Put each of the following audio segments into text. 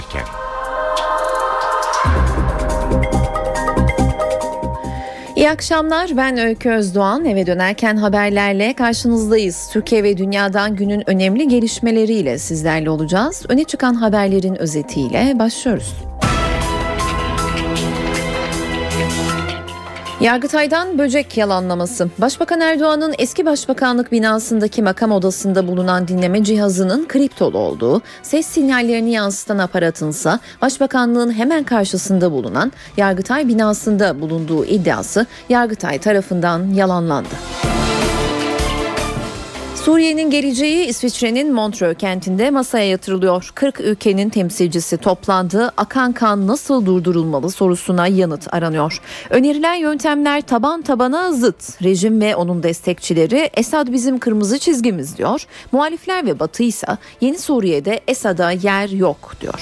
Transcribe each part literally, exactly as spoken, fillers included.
dönerken. İyi akşamlar, ben Öykü Özdoğan. Eve dönerken haberlerle karşınızdayız. Türkiye ve dünyadan günün önemli gelişmeleriyle sizlerle olacağız. Öne çıkan haberlerin özetiyle başlıyoruz. Yargıtay'dan böcek yalanlaması. Başbakan Erdoğan'ın eski başbakanlık binasındaki makam odasında bulunan dinleme cihazının kriptolu olduğu, ses sinyallerini yansıtan aparatınsa Başbakanlığın hemen karşısında bulunan Yargıtay binasında bulunduğu iddiası Yargıtay tarafından yalanlandı. Suriye'nin geleceği İsviçre'nin Montreux kentinde masaya yatırılıyor. kırk ülkenin temsilcisi toplandı. Akan kan nasıl durdurulmalı sorusuna yanıt aranıyor. Önerilen yöntemler taban tabana zıt. Rejim ve onun destekçileri Esad bizim kırmızı çizgimiz diyor. Muhalifler ve Batı ise yeni Suriye'de Esad'a yer yok diyor.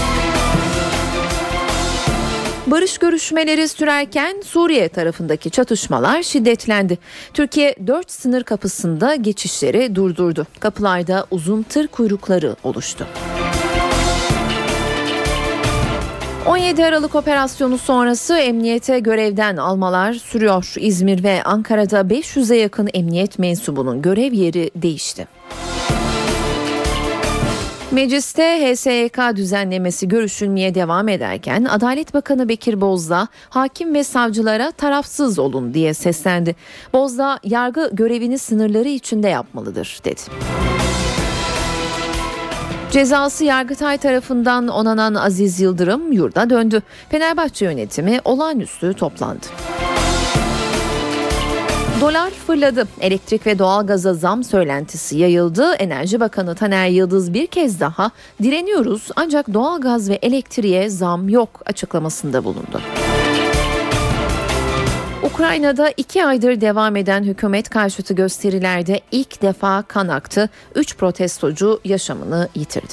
Barış görüşmeleri sürerken Suriye tarafındaki çatışmalar şiddetlendi. Türkiye dört sınır kapısında geçişleri durdurdu. Kapılarda uzun tır kuyrukları oluştu. on yedi Aralık operasyonu sonrası emniyete görevden almalar sürüyor. İzmir ve Ankara'da beş yüze yakın emniyet mensubunun görev yeri değişti. Mecliste H S Y K düzenlemesi görüşülmeye devam ederken Adalet Bakanı Bekir Bozdağ hakim ve savcılara tarafsız olun diye seslendi. Bozdağ yargı görevini sınırları içinde yapmalıdır dedi. Cezası Yargıtay tarafından onanan Aziz Yıldırım yurda döndü. Fenerbahçe yönetimi olağanüstü toplandı. Dolar fırladı. Elektrik ve doğalgaza zam söylentisi yayıldı. Enerji Bakanı Taner Yıldız bir kez daha direniyoruz ancak doğalgaz ve elektriğe zam yok açıklamasında bulundu. Ukrayna'da iki aydır devam eden hükümet karşıtı gösterilerde ilk defa kan aktı. Üç protestocu yaşamını yitirdi.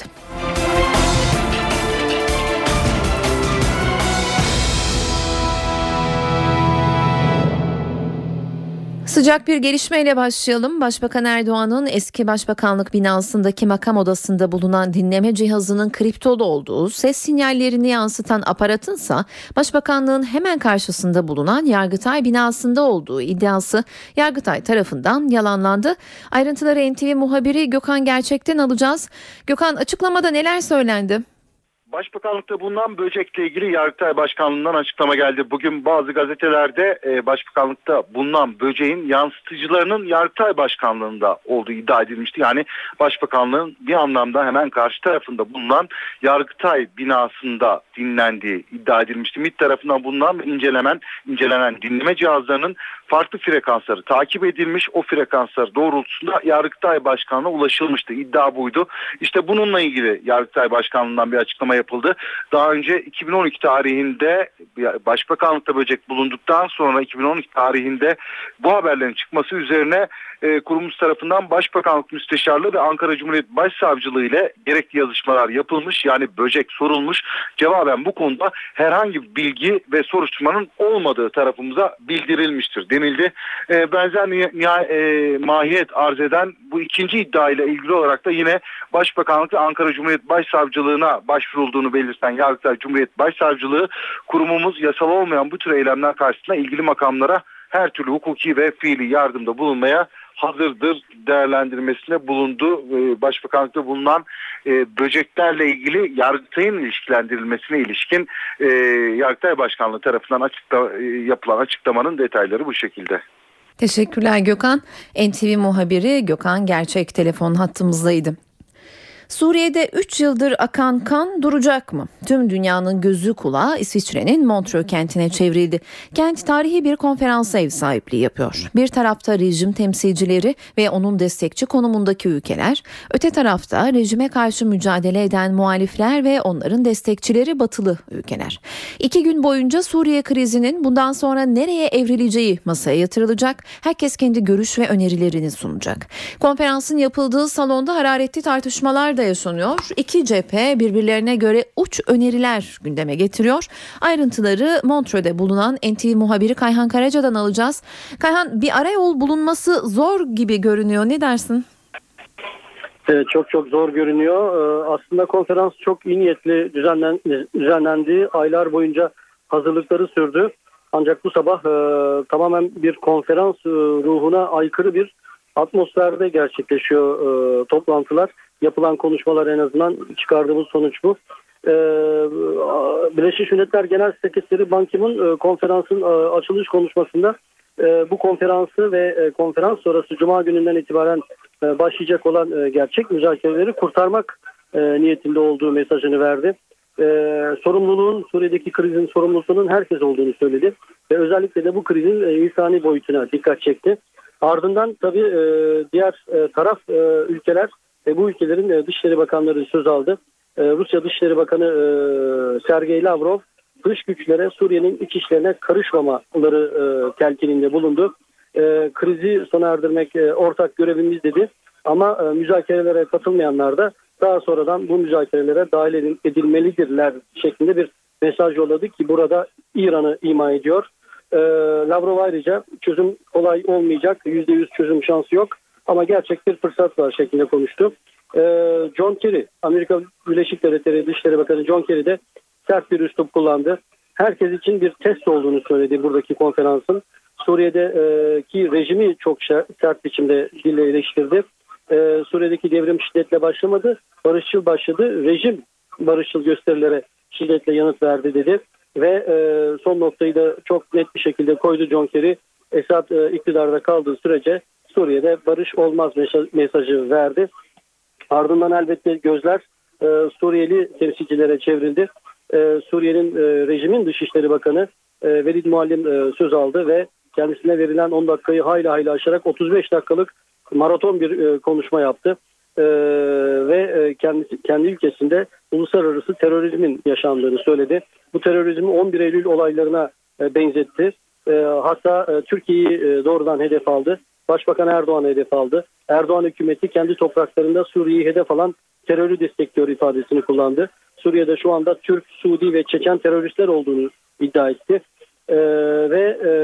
Sıcak bir gelişmeyle başlayalım. Başbakan Erdoğan'ın eski başbakanlık binasındaki makam odasında bulunan dinleme cihazının kriptolu olduğu, ses sinyallerini yansıtan aparatınsa Başbakanlığın hemen karşısında bulunan Yargıtay binasında olduğu iddiası Yargıtay tarafından yalanlandı. Ayrıntıları N T V muhabiri Gökhan Gerçek'ten alacağız. Gökhan, açıklamada neler söylendi? Başbakanlıkta bulunan böcekle ilgili Yargıtay Başkanlığı'ndan açıklama geldi. Bugün bazı gazetelerde e, Başbakanlıkta bulunan böceğin yansıtıcılarının Yargıtay Başkanlığı'nda olduğu iddia edilmişti. Yani Başbakanlığın bir anlamda hemen karşı tarafında bulunan Yargıtay binasında dinlendiği iddia edilmişti. M İ T tarafından bulunan ve incelenen, incelenen dinleme cihazlarının farklı frekansları takip edilmiş. O frekanslar doğrultusunda Yargıtay Başkanlığı'na ulaşılmıştı. İddia buydu. İşte bununla ilgili Yargıtay Başkanlığı'ndan bir açıklama yapıldı. Daha önce iki bin on iki tarihinde Başbakanlıkta böcek bulunduktan sonra iki bin on iki tarihinde bu haberlerin çıkması üzerine e, kurumumuz tarafından Başbakanlık Müsteşarlığı ve Ankara Cumhuriyet Başsavcılığı ile gerekli yazışmalar yapılmış. Yani böcek sorulmuş. Cevaben bu konuda herhangi bir bilgi ve soruşturmanın olmadığı tarafımıza bildirilmiştir denildi. E, benzer niha- e, mahiyet arz eden bu ikinci iddia ile ilgili olarak da yine Başbakanlık ve Ankara Cumhuriyet Başsavcılığına başvurulduğunu belirten Yargıtay Cumhuriyet Başsavcılığı, kurumumuz yasal olmayan bu tür eylemler karşısında ilgili makamlara her türlü hukuki ve fiili yardımda bulunmaya hazırdır değerlendirmesine bulundu. Başbakanlıkta bulunan böceklerle ilgili Yargıtay'ın ilişkilendirilmesine ilişkin Yargıtay Başkanlığı tarafından açıkla, yapılan açıklamanın detayları bu şekilde. Teşekkürler Gökhan. N T V muhabiri Gökhan Gerçek telefon hattımızdaydı. Suriye'de üç yıldır akan kan duracak mı? Tüm dünyanın gözü kulağı İsviçre'nin Montreux kentine çevrildi. Kent tarihi bir konferansa ev sahipliği yapıyor. Bir tarafta rejim temsilcileri ve onun destekçi konumundaki ülkeler, öte tarafta rejime karşı mücadele eden muhalifler ve onların destekçileri batılı ülkeler. İki gün boyunca Suriye krizinin bundan sonra nereye evrileceği masaya yatırılacak. Herkes kendi görüş ve önerilerini sunacak. Konferansın yapıldığı salonda hararetli tartışmalar da yaşanıyor. İki cephe birbirlerine göre uç öneriler gündeme getiriyor. Ayrıntıları Montreux'de bulunan N T V muhabiri Kayhan Karaca'dan alacağız. Kayhan, bir arayol bulunması zor gibi görünüyor. Ne dersin? Evet, çok çok zor görünüyor. Ee, aslında konferans çok iyi niyetli düzenlen, düzenlendi. Aylar boyunca hazırlıkları sürdü. Ancak bu sabah e, tamamen bir konferans e, ruhuna aykırı bir atmosferde gerçekleşiyor e, toplantılar. Yapılan konuşmalar, en azından çıkardığımız sonuç bu. E, Birleşmiş Milletler Genel Sekreteri Ban Ki-moon e, konferansın e, açılış konuşmasında e, bu konferansı ve e, konferans sonrası Cuma gününden itibaren e, başlayacak olan e, gerçek müzakereleri kurtarmak e, niyetinde olduğu mesajını verdi. E, sorumluluğun, Suriye'deki krizin sorumlusunun herkes olduğunu söyledi ve özellikle de bu krizin e, insani boyutuna dikkat çekti. Ardından tabii e, diğer e, taraf e, ülkeler ve bu ülkelerin e, Dışişleri Bakanları söz aldı. E, Rusya Dışişleri Bakanı e, Sergey Lavrov dış güçlere Suriye'nin iç işlerine karışmamaları e, telkininde bulundu. E, krizi sona erdirmek e, ortak görevimiz dedi. Ama e, müzakerelere katılmayanlar da daha sonradan bu müzakerelere dahil edilmelidirler şeklinde bir mesaj yolladı ki burada İran'ı ima ediyor. E, Lavrov ayrıca çözüm kolay olmayacak, yüzde yüz çözüm şansı yok ama gerçek bir fırsat var şeklinde konuştu. E, John Kerry, Amerika Birleşik Devletleri Dışişleri Bakanı John Kerry de sert bir üslup kullandı. Herkes için bir test olduğunu söyledi buradaki konferansın. Suriye'deki rejimi çok sert biçimde dille eleştirdi. Ee, Suriye'deki devrim şiddetle başlamadı, barışçıl başladı. Rejim barışçıl gösterilere şiddetle yanıt verdi dedi. Ve e, son noktayı da çok net bir şekilde koydu John Kerry. Esad e, iktidarda kaldığı sürece Suriye'de barış olmaz mesajı verdi. Ardından elbette gözler e, Suriyeli temsilcilere çevrildi. E, Suriye'nin e, rejimin Dışişleri Bakanı e, Velid Muallim e, söz aldı ve kendisine verilen on dakikayı hayli hayli aşarak otuz beş dakikalık maraton bir e, konuşma yaptı. E, ve e, kendisi, kendi ülkesinde uluslararası terörizmin yaşandığını söyledi. Bu terörizmi on bir Eylül olaylarına e, benzetti. E, hatta e, Türkiye'yi e, doğrudan hedef aldı. Başbakan Erdoğan'ı hedef aldı. Erdoğan hükümeti kendi topraklarında Suriye'yi hedef alan terörü destekliyor ifadesini kullandı. Suriye'de şu anda Türk, Suudi ve Çeçen teröristler olduğunu iddia etti. Ee, ve e,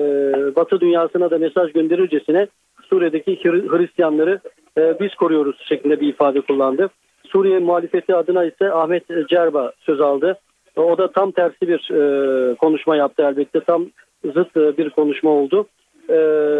Batı dünyasına da mesaj gönderircesine Suriye'deki Hristiyanları e, biz koruyoruz şeklinde bir ifade kullandı. Suriye muhalefeti adına ise Ahmet Cerba söz aldı. O da tam tersi bir e, konuşma yaptı elbette. Tam zıt e, bir konuşma oldu. E,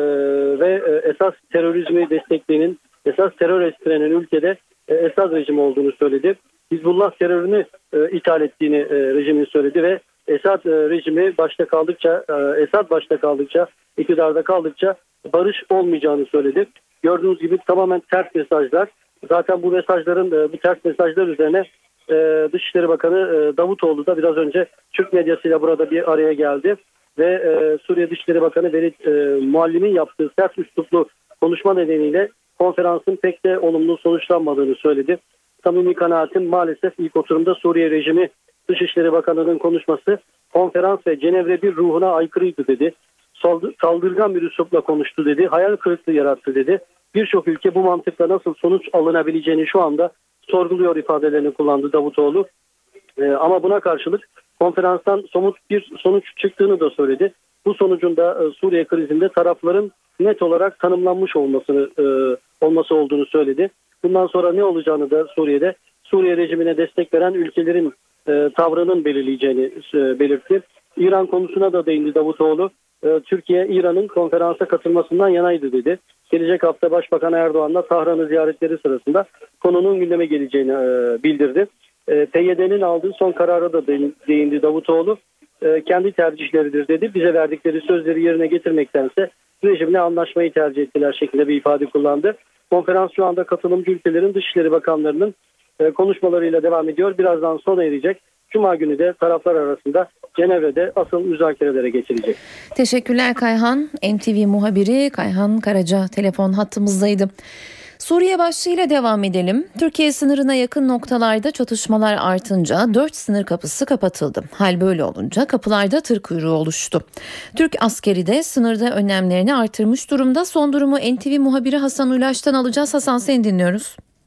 ve e, esas terörizmi destekleyenin, esas terör estirenin ülkede e, Esad rejimi olduğunu söyledi. Hizbullah terörünü e, ithal ettiğini e, rejimin söyledi ve Esad e, rejimi başta kaldıkça, e, Esad başta kaldıkça, iktidarda kaldıkça barış olmayacağını söyledi. Gördüğünüz gibi tamamen ters mesajlar. Zaten bu mesajların, e, bu ters mesajlar üzerine e, Dışişleri Bakanı e, Davutoğlu da biraz önce Türk medyasıyla burada bir araya geldi. Ve e, Suriye Dışişleri Bakanı Velid e, Muallim'in yaptığı sert üsluplu konuşma nedeniyle konferansın pek de olumlu sonuçlanmadığını söyledi. Samimi kanaatim maalesef ilk oturumda Suriye rejimi Dışişleri Bakanı'nın konuşması konferans ve Cenevre bir ruhuna aykırıydı dedi. Saldırgan bir üslupla konuştu dedi. Hayal kırıklığı yarattı dedi. Birçok ülke bu mantıkla nasıl sonuç alınabileceğini şu anda sorguluyor ifadelerini kullandı Davutoğlu. Ee, ama buna karşılık konferanstan somut bir sonuç çıktığını da söyledi. Bu sonucun da e, Suriye krizinde tarafların net olarak tanımlanmış olmasını e, olması olduğunu söyledi. Bundan sonra ne olacağını da Suriye'de Suriye rejimine destek veren ülkelerin e, tavrının belirleyeceğini e, belirtti. İran konusuna da değindi Davutoğlu. E, Türkiye İran'ın konferansa katılmasından yanaydı dedi. Gelecek hafta Başbakan Erdoğan'la Tahran'ı ziyaretleri sırasında konunun gündeme geleceğini e, bildirdi. E, P Y D'nin aldığı son karara da değindi Davutoğlu. E, kendi tercihleridir dedi. Bize verdikleri sözleri yerine getirmektense rejimle anlaşmayı tercih ettiler şeklinde bir ifade kullandı. Konferans şu anda katılımcı ülkelerin Dışişleri Bakanlarının e, konuşmalarıyla devam ediyor. Birazdan sona erecek. Cuma günü de taraflar arasında Cenevre'de asıl müzakerelere geçilecek. Teşekkürler Kayhan. N T V muhabiri Kayhan Karaca telefon hattımızdaydı. Suriye başlığıyla devam edelim. Türkiye sınırına yakın noktalarda çatışmalar artınca dört sınır kapısı kapatıldı. Hal böyle olunca kapılarda tır kuyruğu oluştu. Türk askeri de sınırda önlemlerini artırmış durumda. Son durumu N T V muhabiri Hasan Ulaş'tan alacağız. Hasan, seni dinliyoruz.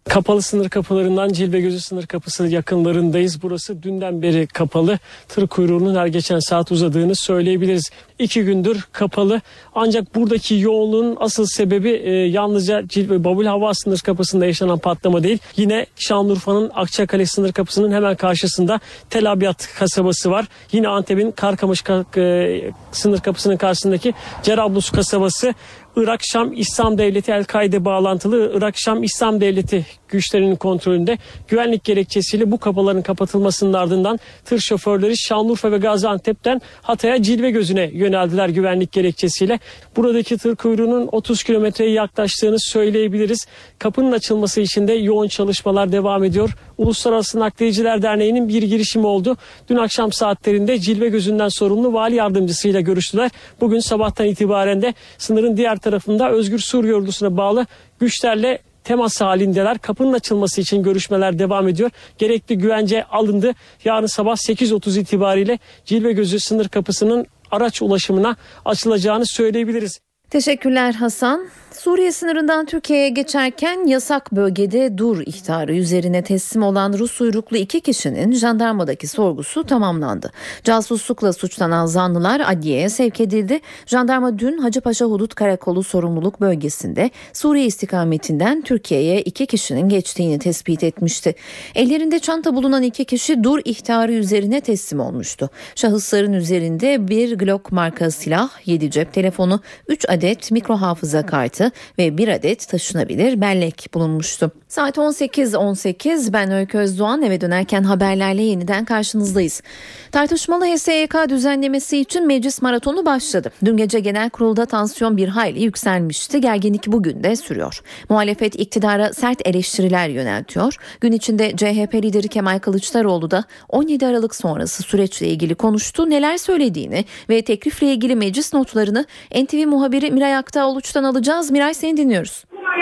Kapalı sınır kapılarından Cilvegözü sınır kapısı yakınlarındayız. Burası dünden beri kapalı. Tır kuyruğunun her geçen saat uzadığını söyleyebiliriz. İki gündür kapalı. Ancak buradaki yoğunluğun asıl sebebi e, yalnızca Cilve Babul Hava sınır kapısında yaşanan patlama değil. Yine Şanlıurfa'nın Akçakale sınır kapısının hemen karşısında Tel Abyad kasabası var. Yine Antep'in Karkamış e, sınır kapısının karşısındaki Cerablus kasabası. Irak-Şam İslam Devleti El-Kaide bağlantılı Irak-Şam İslam Devleti güçlerinin kontrolünde güvenlik gerekçesiyle bu kapıların kapatılmasının ardından tır şoförleri Şanlıurfa ve Gaziantep'ten Hatay'a Cilvegözü'ne yöneldiler güvenlik gerekçesiyle. Buradaki tır kuyruğunun otuz kilometreye yaklaştığını söyleyebiliriz. Kapının açılması için de yoğun çalışmalar devam ediyor. Uluslararası Nakliyeciler Derneği'nin bir girişimi oldu. Dün akşam saatlerinde Cilvegözü'nden sorumlu vali yardımcısıyla görüştüler. Bugün sabahtan itibaren de sınırın diğer tarafında Özgür Suriye Ordusu'na bağlı güçlerle temas halindeler. Kapının açılması için görüşmeler devam ediyor. Gerekli güvence alındı. Yarın sabah sekiz otuz itibariyle Cilvegözü sınır kapısının araç ulaşımına açılacağını söyleyebiliriz. Teşekkürler Hasan. Suriye sınırından Türkiye'ye geçerken yasak bölgede dur ihtarı üzerine teslim olan Rus uyruklu iki kişinin jandarmadaki sorgusu tamamlandı. Casuslukla suçlanan zanlılar adliyeye sevk edildi. Jandarma dün Hacıpaşa Hudut Karakolu sorumluluk bölgesinde Suriye istikametinden Türkiye'ye iki kişinin geçtiğini tespit etmişti. Ellerinde çanta bulunan iki kişi dur ihtarı üzerine teslim olmuştu. Şahısların üzerinde bir Glock marka silah, yedi cep telefonu, üç adet mikro hafıza kartı ve bir adet taşınabilir bellek bulunmuştu. Saat on sekiz on sekiz, ben Öykü Özdoğan, eve dönerken haberlerle yeniden karşınızdayız. Tartışmalı H S Y K düzenlemesi için meclis maratonu başladı. Dün gece genel kurulda tansiyon bir hayli yükselmişti. Gerginlik bugün de sürüyor. Muhalefet iktidara sert eleştiriler yöneltiyor. Gün içinde C H P lideri Kemal Kılıçdaroğlu da on yedi Aralık sonrası süreçle ilgili konuştu. Neler söylediğini ve teklifle ilgili meclis notlarını N T V muhabiri Miray Aktağ-Oluç'tan alacağız. Miray, seni dinliyoruz.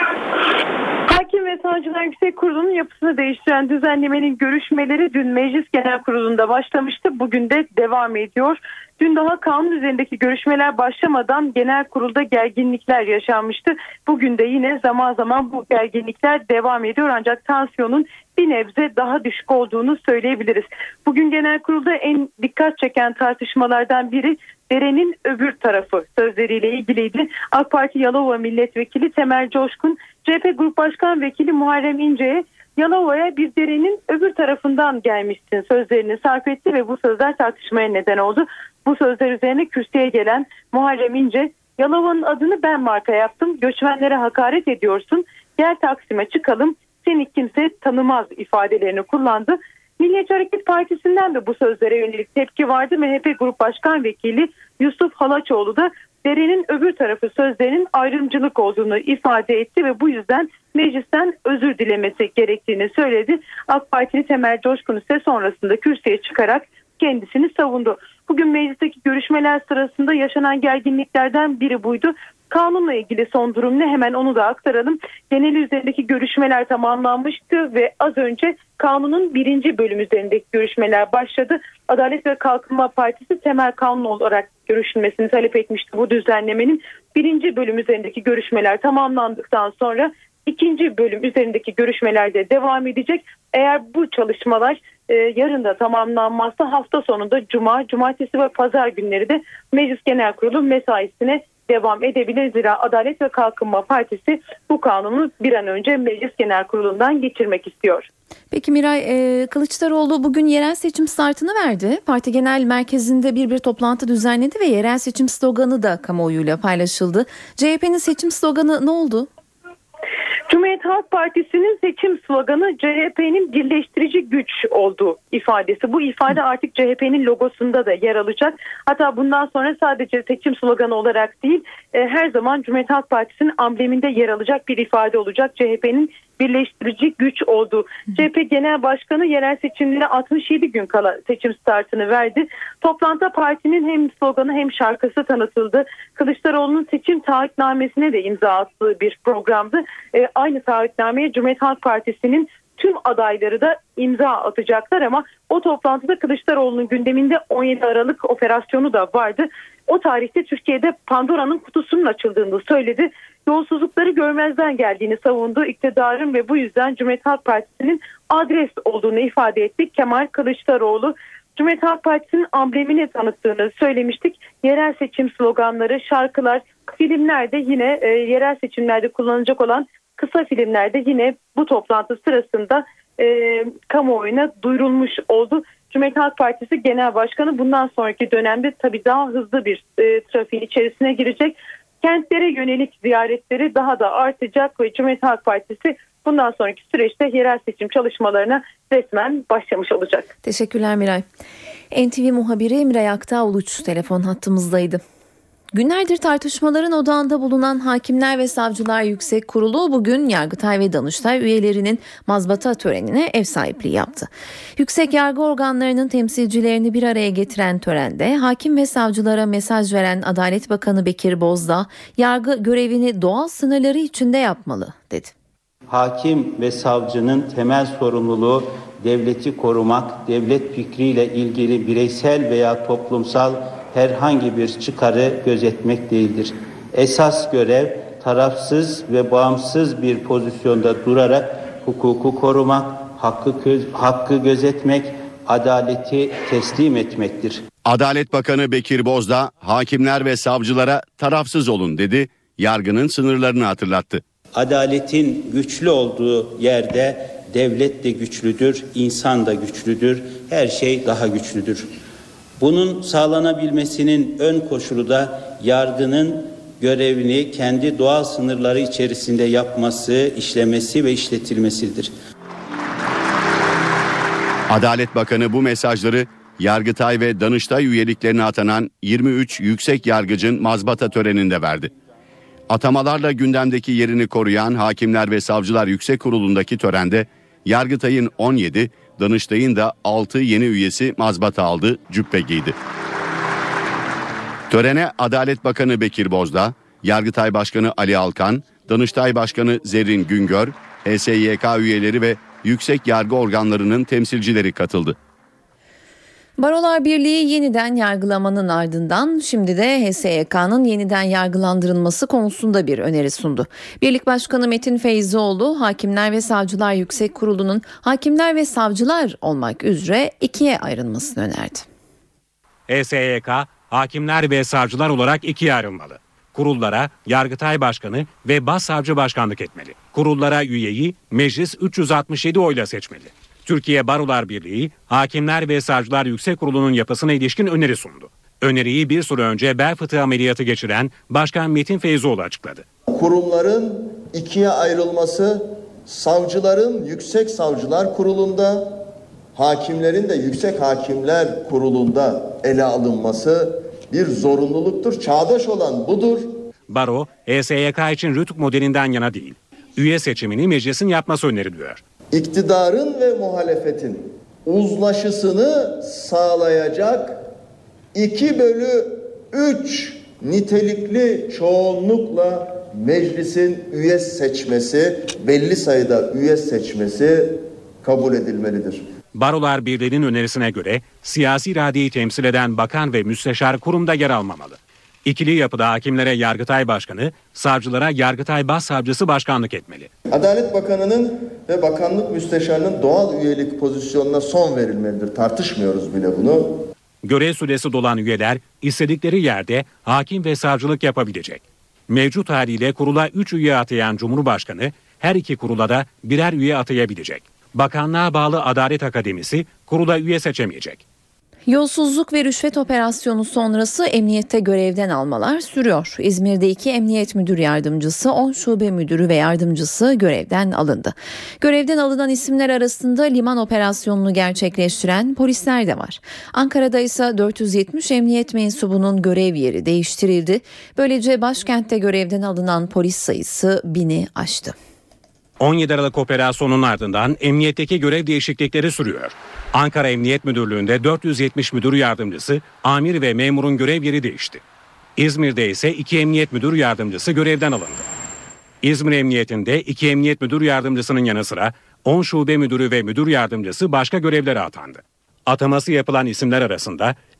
Hakim ve Savcılar Yüksek Kurulu'nun yapısını değiştiren düzenlemenin görüşmeleri dün Meclis Genel Kurulu'nda başlamıştı. Bugün de devam ediyor. Dün daha kanun üzerindeki görüşmeler başlamadan genel kurulda gerginlikler yaşanmıştı. Bugün de yine zaman zaman bu gerginlikler devam ediyor, ancak tansiyonun bir nebze daha düşük olduğunu söyleyebiliriz. Bugün genel kurulda en dikkat çeken tartışmalardan biri derenin öbür tarafı sözleriyle ilgiliydi. AK Parti Yalova Milletvekili Temel Coşkun, C H P Grup Başkan Vekili Muharrem İnce'ye Yalova'ya bir derenin öbür tarafından gelmişsin sözlerini sarf etti ve bu sözler tartışmaya neden oldu. Bu sözler üzerine kürsüye gelen Muharrem İnce, Yalova'nın adını ben marka yaptım, göçmenlere hakaret ediyorsun, gel Taksim'e çıkalım, seni kimse tanımaz ifadelerini kullandı. Milliyetçi Hareket Partisi'nden de bu sözlere yönelik tepki vardı. M H P Grup Başkan Vekili Yusuf Halaçoğlu da derenin öbür tarafı sözlerinin ayrımcılık olduğunu ifade etti ve bu yüzden meclisten özür dilemesi gerektiğini söyledi. AK Partili Temel Coşkun ise sonrasında kürsüye çıkarak kendisini savundu. Bugün meclisteki görüşmeler sırasında yaşanan gerginliklerden biri buydu. Kanunla ilgili son durum ne? Hemen onu da aktaralım. Genel üzerindeki görüşmeler tamamlanmıştı ve az önce kanunun birinci bölüm üzerindeki görüşmeler başladı. Adalet ve Kalkınma Partisi temel kanun olarak görüşülmesini talep etmişti bu düzenlemenin. Birinci bölüm üzerindeki görüşmeler tamamlandıktan sonra ikinci bölüm üzerindeki görüşmeler de devam edecek. Eğer bu çalışmalar e, yarın da tamamlanmazsa hafta sonunda Cuma, Cumartesi ve Pazar günleri de Meclis Genel Kurulu mesaisine devam edebilir. Zira Adalet ve Kalkınma Partisi bu kanunu bir an önce Meclis Genel Kurulu'ndan geçirmek istiyor. Peki Miray, e, Kılıçdaroğlu bugün yerel seçim startını verdi. Parti Genel Merkezi'nde bir bir toplantı düzenledi ve yerel seçim sloganı da kamuoyuyla paylaşıldı. C H P'nin seçim sloganı ne oldu? Cumhuriyet Halk Partisi'nin seçim sloganı C H P'nin birleştirici güç olduğu ifadesi. Bu ifade artık C H P'nin logosunda da yer alacak. Hatta bundan sonra sadece seçim sloganı olarak değil, her zaman Cumhuriyet Halk Partisi'nin ambleminde yer alacak bir ifade olacak. C H P'nin birleştirici güç olduğu. C H P Genel Başkanı yerel seçimlere altmış yedi gün kala seçim startını verdi. Toplantıda partinin hem sloganı hem şarkısı tanıtıldı. Kılıçdaroğlu'nun seçim taahhütnamesine de imza attığı bir programdı. E, aynı taahhütnameye Cumhuriyet Halk Partisi'nin tüm adayları da imza atacaklar ama o toplantıda Kılıçdaroğlu'nun gündeminde on yedi Aralık operasyonu da vardı. O tarihte Türkiye'de Pandora'nın kutusunun açıldığını söyledi. yolsuzlukları görmezden geldiğini savundu. İktidarın ve bu yüzden Cumhuriyet Halk Partisi'nin adres olduğunu ifade ettik. Kemal Kılıçdaroğlu Cumhuriyet Halk Partisi'nin amblemini tanıttığını söylemiştik. Yerel seçim sloganları, şarkılar, filmlerde yine e, yerel seçimlerde kullanılacak olan kısa filmlerde yine bu toplantı sırasında e, kamuoyuna duyurulmuş oldu. Cumhuriyet Halk Partisi Genel Başkanı bundan sonraki dönemde tabii daha hızlı bir e, trafiğin içerisine girecek. Kentlere yönelik ziyaretleri daha da artacak ve Cumhuriyet Halk Partisi bundan sonraki süreçte yerel seçim çalışmalarına resmen başlamış olacak. Teşekkürler Miray. N T V muhabiri Miray Aktağ Uluç telefon hattımızdaydı. Günlerdir tartışmaların odağında bulunan Hakimler ve Savcılar Yüksek Kurulu bugün Yargıtay ve Danıştay üyelerinin mazbata törenine ev sahipliği yaptı. Yüksek yargı organlarının temsilcilerini bir araya getiren törende hakim ve savcılara mesaj veren Adalet Bakanı Bekir Bozdağ, yargı görevini doğal sınırları içinde yapmalı dedi. Hakim ve savcının temel sorumluluğu devleti korumak, devlet fikriyle ilgili bireysel veya toplumsal herhangi bir çıkarı gözetmek değildir. Esas görev tarafsız ve bağımsız bir pozisyonda durarak hukuku korumak, hakkı, hakkı gözetmek, adaleti teslim etmektir. Adalet Bakanı Bekir Bozdağ, hakimler ve savcılara tarafsız olun dedi, yargının sınırlarını hatırlattı. Adaletin güçlü olduğu yerde devlet de güçlüdür, insan da güçlüdür, her şey daha güçlüdür. Bunun sağlanabilmesinin ön koşulu da yargının görevini kendi doğal sınırları içerisinde yapması, işlemesi ve işletilmesidir. Adalet Bakanı bu mesajları Yargıtay ve Danıştay üyeliklerine atanan yirmi üç yüksek yargıcın mazbata töreninde verdi. Atamalarla gündemdeki yerini koruyan Hakimler ve Savcılar Yüksek Kurulu'ndaki törende Yargıtay'ın on yedi, Danıştay'ın da altı yeni üyesi mazbata aldı, cübbe giydi. Törene Adalet Bakanı Bekir Bozdağ, Yargıtay Başkanı Ali Alkan, Danıştay Başkanı Zerrin Güngör, H S Y K üyeleri ve yüksek yargı organlarının temsilcileri katıldı. Barolar Birliği yeniden yargılamanın ardından şimdi de H S Y K'nın yeniden yargılandırılması konusunda bir öneri sundu. Birlik Başkanı Metin Feyzioğlu, Hakimler ve Savcılar Yüksek Kurulu'nun hakimler ve savcılar olmak üzere ikiye ayrılmasını önerdi. H S Y K, hakimler ve savcılar olarak ikiye ayrılmalı. Kurullara Yargıtay Başkanı ve Başsavcı başkanlık etmeli. Kurullara üyeyi meclis üç yüz altmış yedi oyla seçmeli. Türkiye Barolar Birliği, Hakimler ve Savcılar Yüksek Kurulu'nun yapısına ilişkin öneri sundu. Öneriyi bir süre önce bel fıtığı ameliyatı geçiren Başkan Metin Feyzioğlu açıkladı. Kurumların ikiye ayrılması, savcıların Yüksek Savcılar Kurulu'nda, hakimlerin de Yüksek Hakimler Kurulu'nda ele alınması bir zorunluluktur. Çağdaş olan budur. Baro, H S Y K için rütük modelinden yana değil. Üye seçimini meclisin yapması öneriliyor. İktidarın ve muhalefetin uzlaşısını sağlayacak iki bölü üç nitelikli çoğunlukla meclisin üye seçmesi, belli sayıda üye seçmesi kabul edilmelidir. Barolar Birliği'nin önerisine göre siyasi iradeyi temsil eden bakan ve müsteşar kurumda yer almamalı. İkili yapıda hakimlere Yargıtay Başkanı, savcılara Yargıtay Başsavcısı başkanlık etmeli. Adalet Bakanı'nın ve Bakanlık Müsteşarı'nın doğal üyelik pozisyonuna son verilmelidir. Tartışmıyoruz bile bunu. Görev süresi dolan üyeler istedikleri yerde hakim ve savcılık yapabilecek. Mevcut haliyle kurula üç üye atayan Cumhurbaşkanı her iki kurula da birer üye atayabilecek. Bakanlığa bağlı Adalet Akademisi kurula üye seçemeyecek. Yolsuzluk ve rüşvet operasyonu sonrası emniyette görevden almalar sürüyor. İzmir'de iki emniyet müdür yardımcısı, on şube müdürü ve yardımcısı görevden alındı. Görevden alınan isimler arasında liman operasyonunu gerçekleştiren polisler de var. Ankara'da ise dört yüz yetmiş emniyet mensubunun görev yeri değiştirildi. Böylece başkentte görevden alınan polis sayısı bini aştı. on yedi Aralık operasyonunun ardından emniyetteki görev değişiklikleri sürüyor. Ankara Emniyet Müdürlüğü'nde dört yüz yetmiş müdür yardımcısı, amir ve memurun görev yeri değişti. İzmir'de ise iki emniyet müdür yardımcısı görevden alındı. İzmir Emniyetinde iki emniyet müdür yardımcısının yanı sıra on şube müdürü ve müdür yardımcısı başka görevlere atandı. Ataması yapılan isimler arasında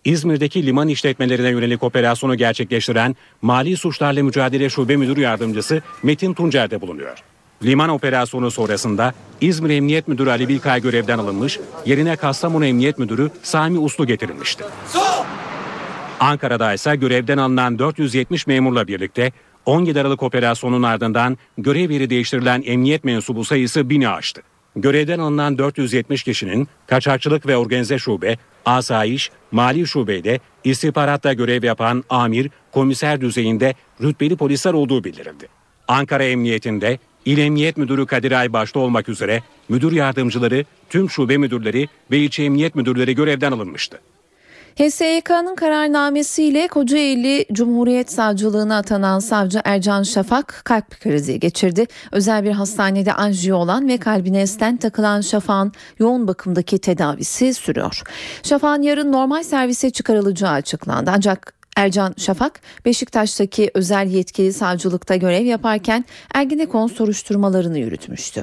İzmir'deki liman işletmelerine yönelik operasyonu gerçekleştiren Mali Suçlarla Mücadele Şube Müdür Yardımcısı Metin Tuncer'de bulunuyor. Liman operasyonu sonrasında İzmir Emniyet Müdürü Ali Bilkay görevden alınmış, yerine Kastamonu Emniyet Müdürü Sami Uslu getirilmişti. Ankara'da ise görevden alınan dört yüz yetmiş memurla birlikte on yedi Aralık operasyonunun ardından görev yeri değiştirilen emniyet mensubu sayısı bini aştı. Görevden alınan dört yüz yetmiş kişinin kaçakçılık ve organize şube, asayiş, mali şubede, istihbaratta görev yapan amir, komiser düzeyinde rütbeli polisler olduğu bildirildi. Ankara Emniyetinde İl Emniyet Müdürü Kadir Ay başta olmak üzere müdür yardımcıları, tüm şube müdürleri ve ilçe emniyet müdürleri görevden alınmıştı. H S Y K'nın kararnamesiyle Kocaeli Cumhuriyet Savcılığına atanan savcı Ercan Şafak kalp krizi geçirdi. Özel bir hastanede anjiyo olan ve kalbine stent takılan Şafak'ın yoğun bakımdaki tedavisi sürüyor. Şafak'ın yarın normal servise çıkarılacağı açıklandı. Ancak Ercan Şafak, Beşiktaş'taki özel yetkili savcılıkta görev yaparken Ergenekon soruşturmalarını yürütmüştü.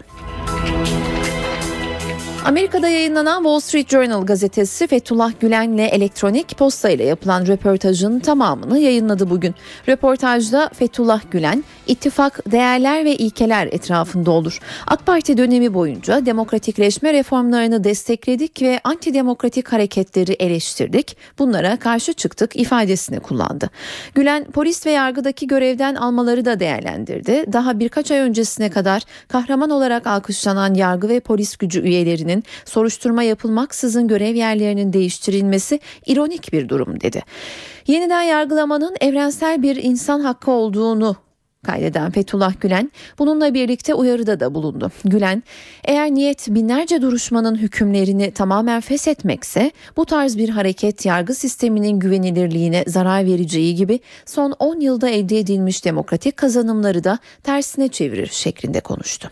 Amerika'da yayınlanan Wall Street Journal gazetesi Fethullah Gülen'le elektronik posta ile yapılan röportajın tamamını yayınladı bugün. Röportajda Fethullah Gülen, ittifak, değerler ve ilkeler etrafında olur. AK Parti dönemi boyunca demokratikleşme reformlarını destekledik ve antidemokratik hareketleri eleştirdik. Bunlara karşı çıktık ifadesini kullandı. Gülen, polis ve yargıdaki görevden almaları da değerlendirdi. Daha birkaç ay öncesine kadar kahraman olarak alkışlanan yargı ve polis gücü üyelerinin soruşturma yapılmaksızın görev yerlerinin değiştirilmesi ironik bir durum dedi. Yeniden yargılamanın evrensel bir insan hakkı olduğunu kaydeden Fethullah Gülen bununla birlikte uyarıda da bulundu. Gülen, eğer niyet binlerce duruşmanın hükümlerini tamamen feshetmekse bu tarz bir hareket yargı sisteminin güvenilirliğine zarar vereceği gibi son on yılda elde edilmiş demokratik kazanımları da tersine çevirir şeklinde konuştu.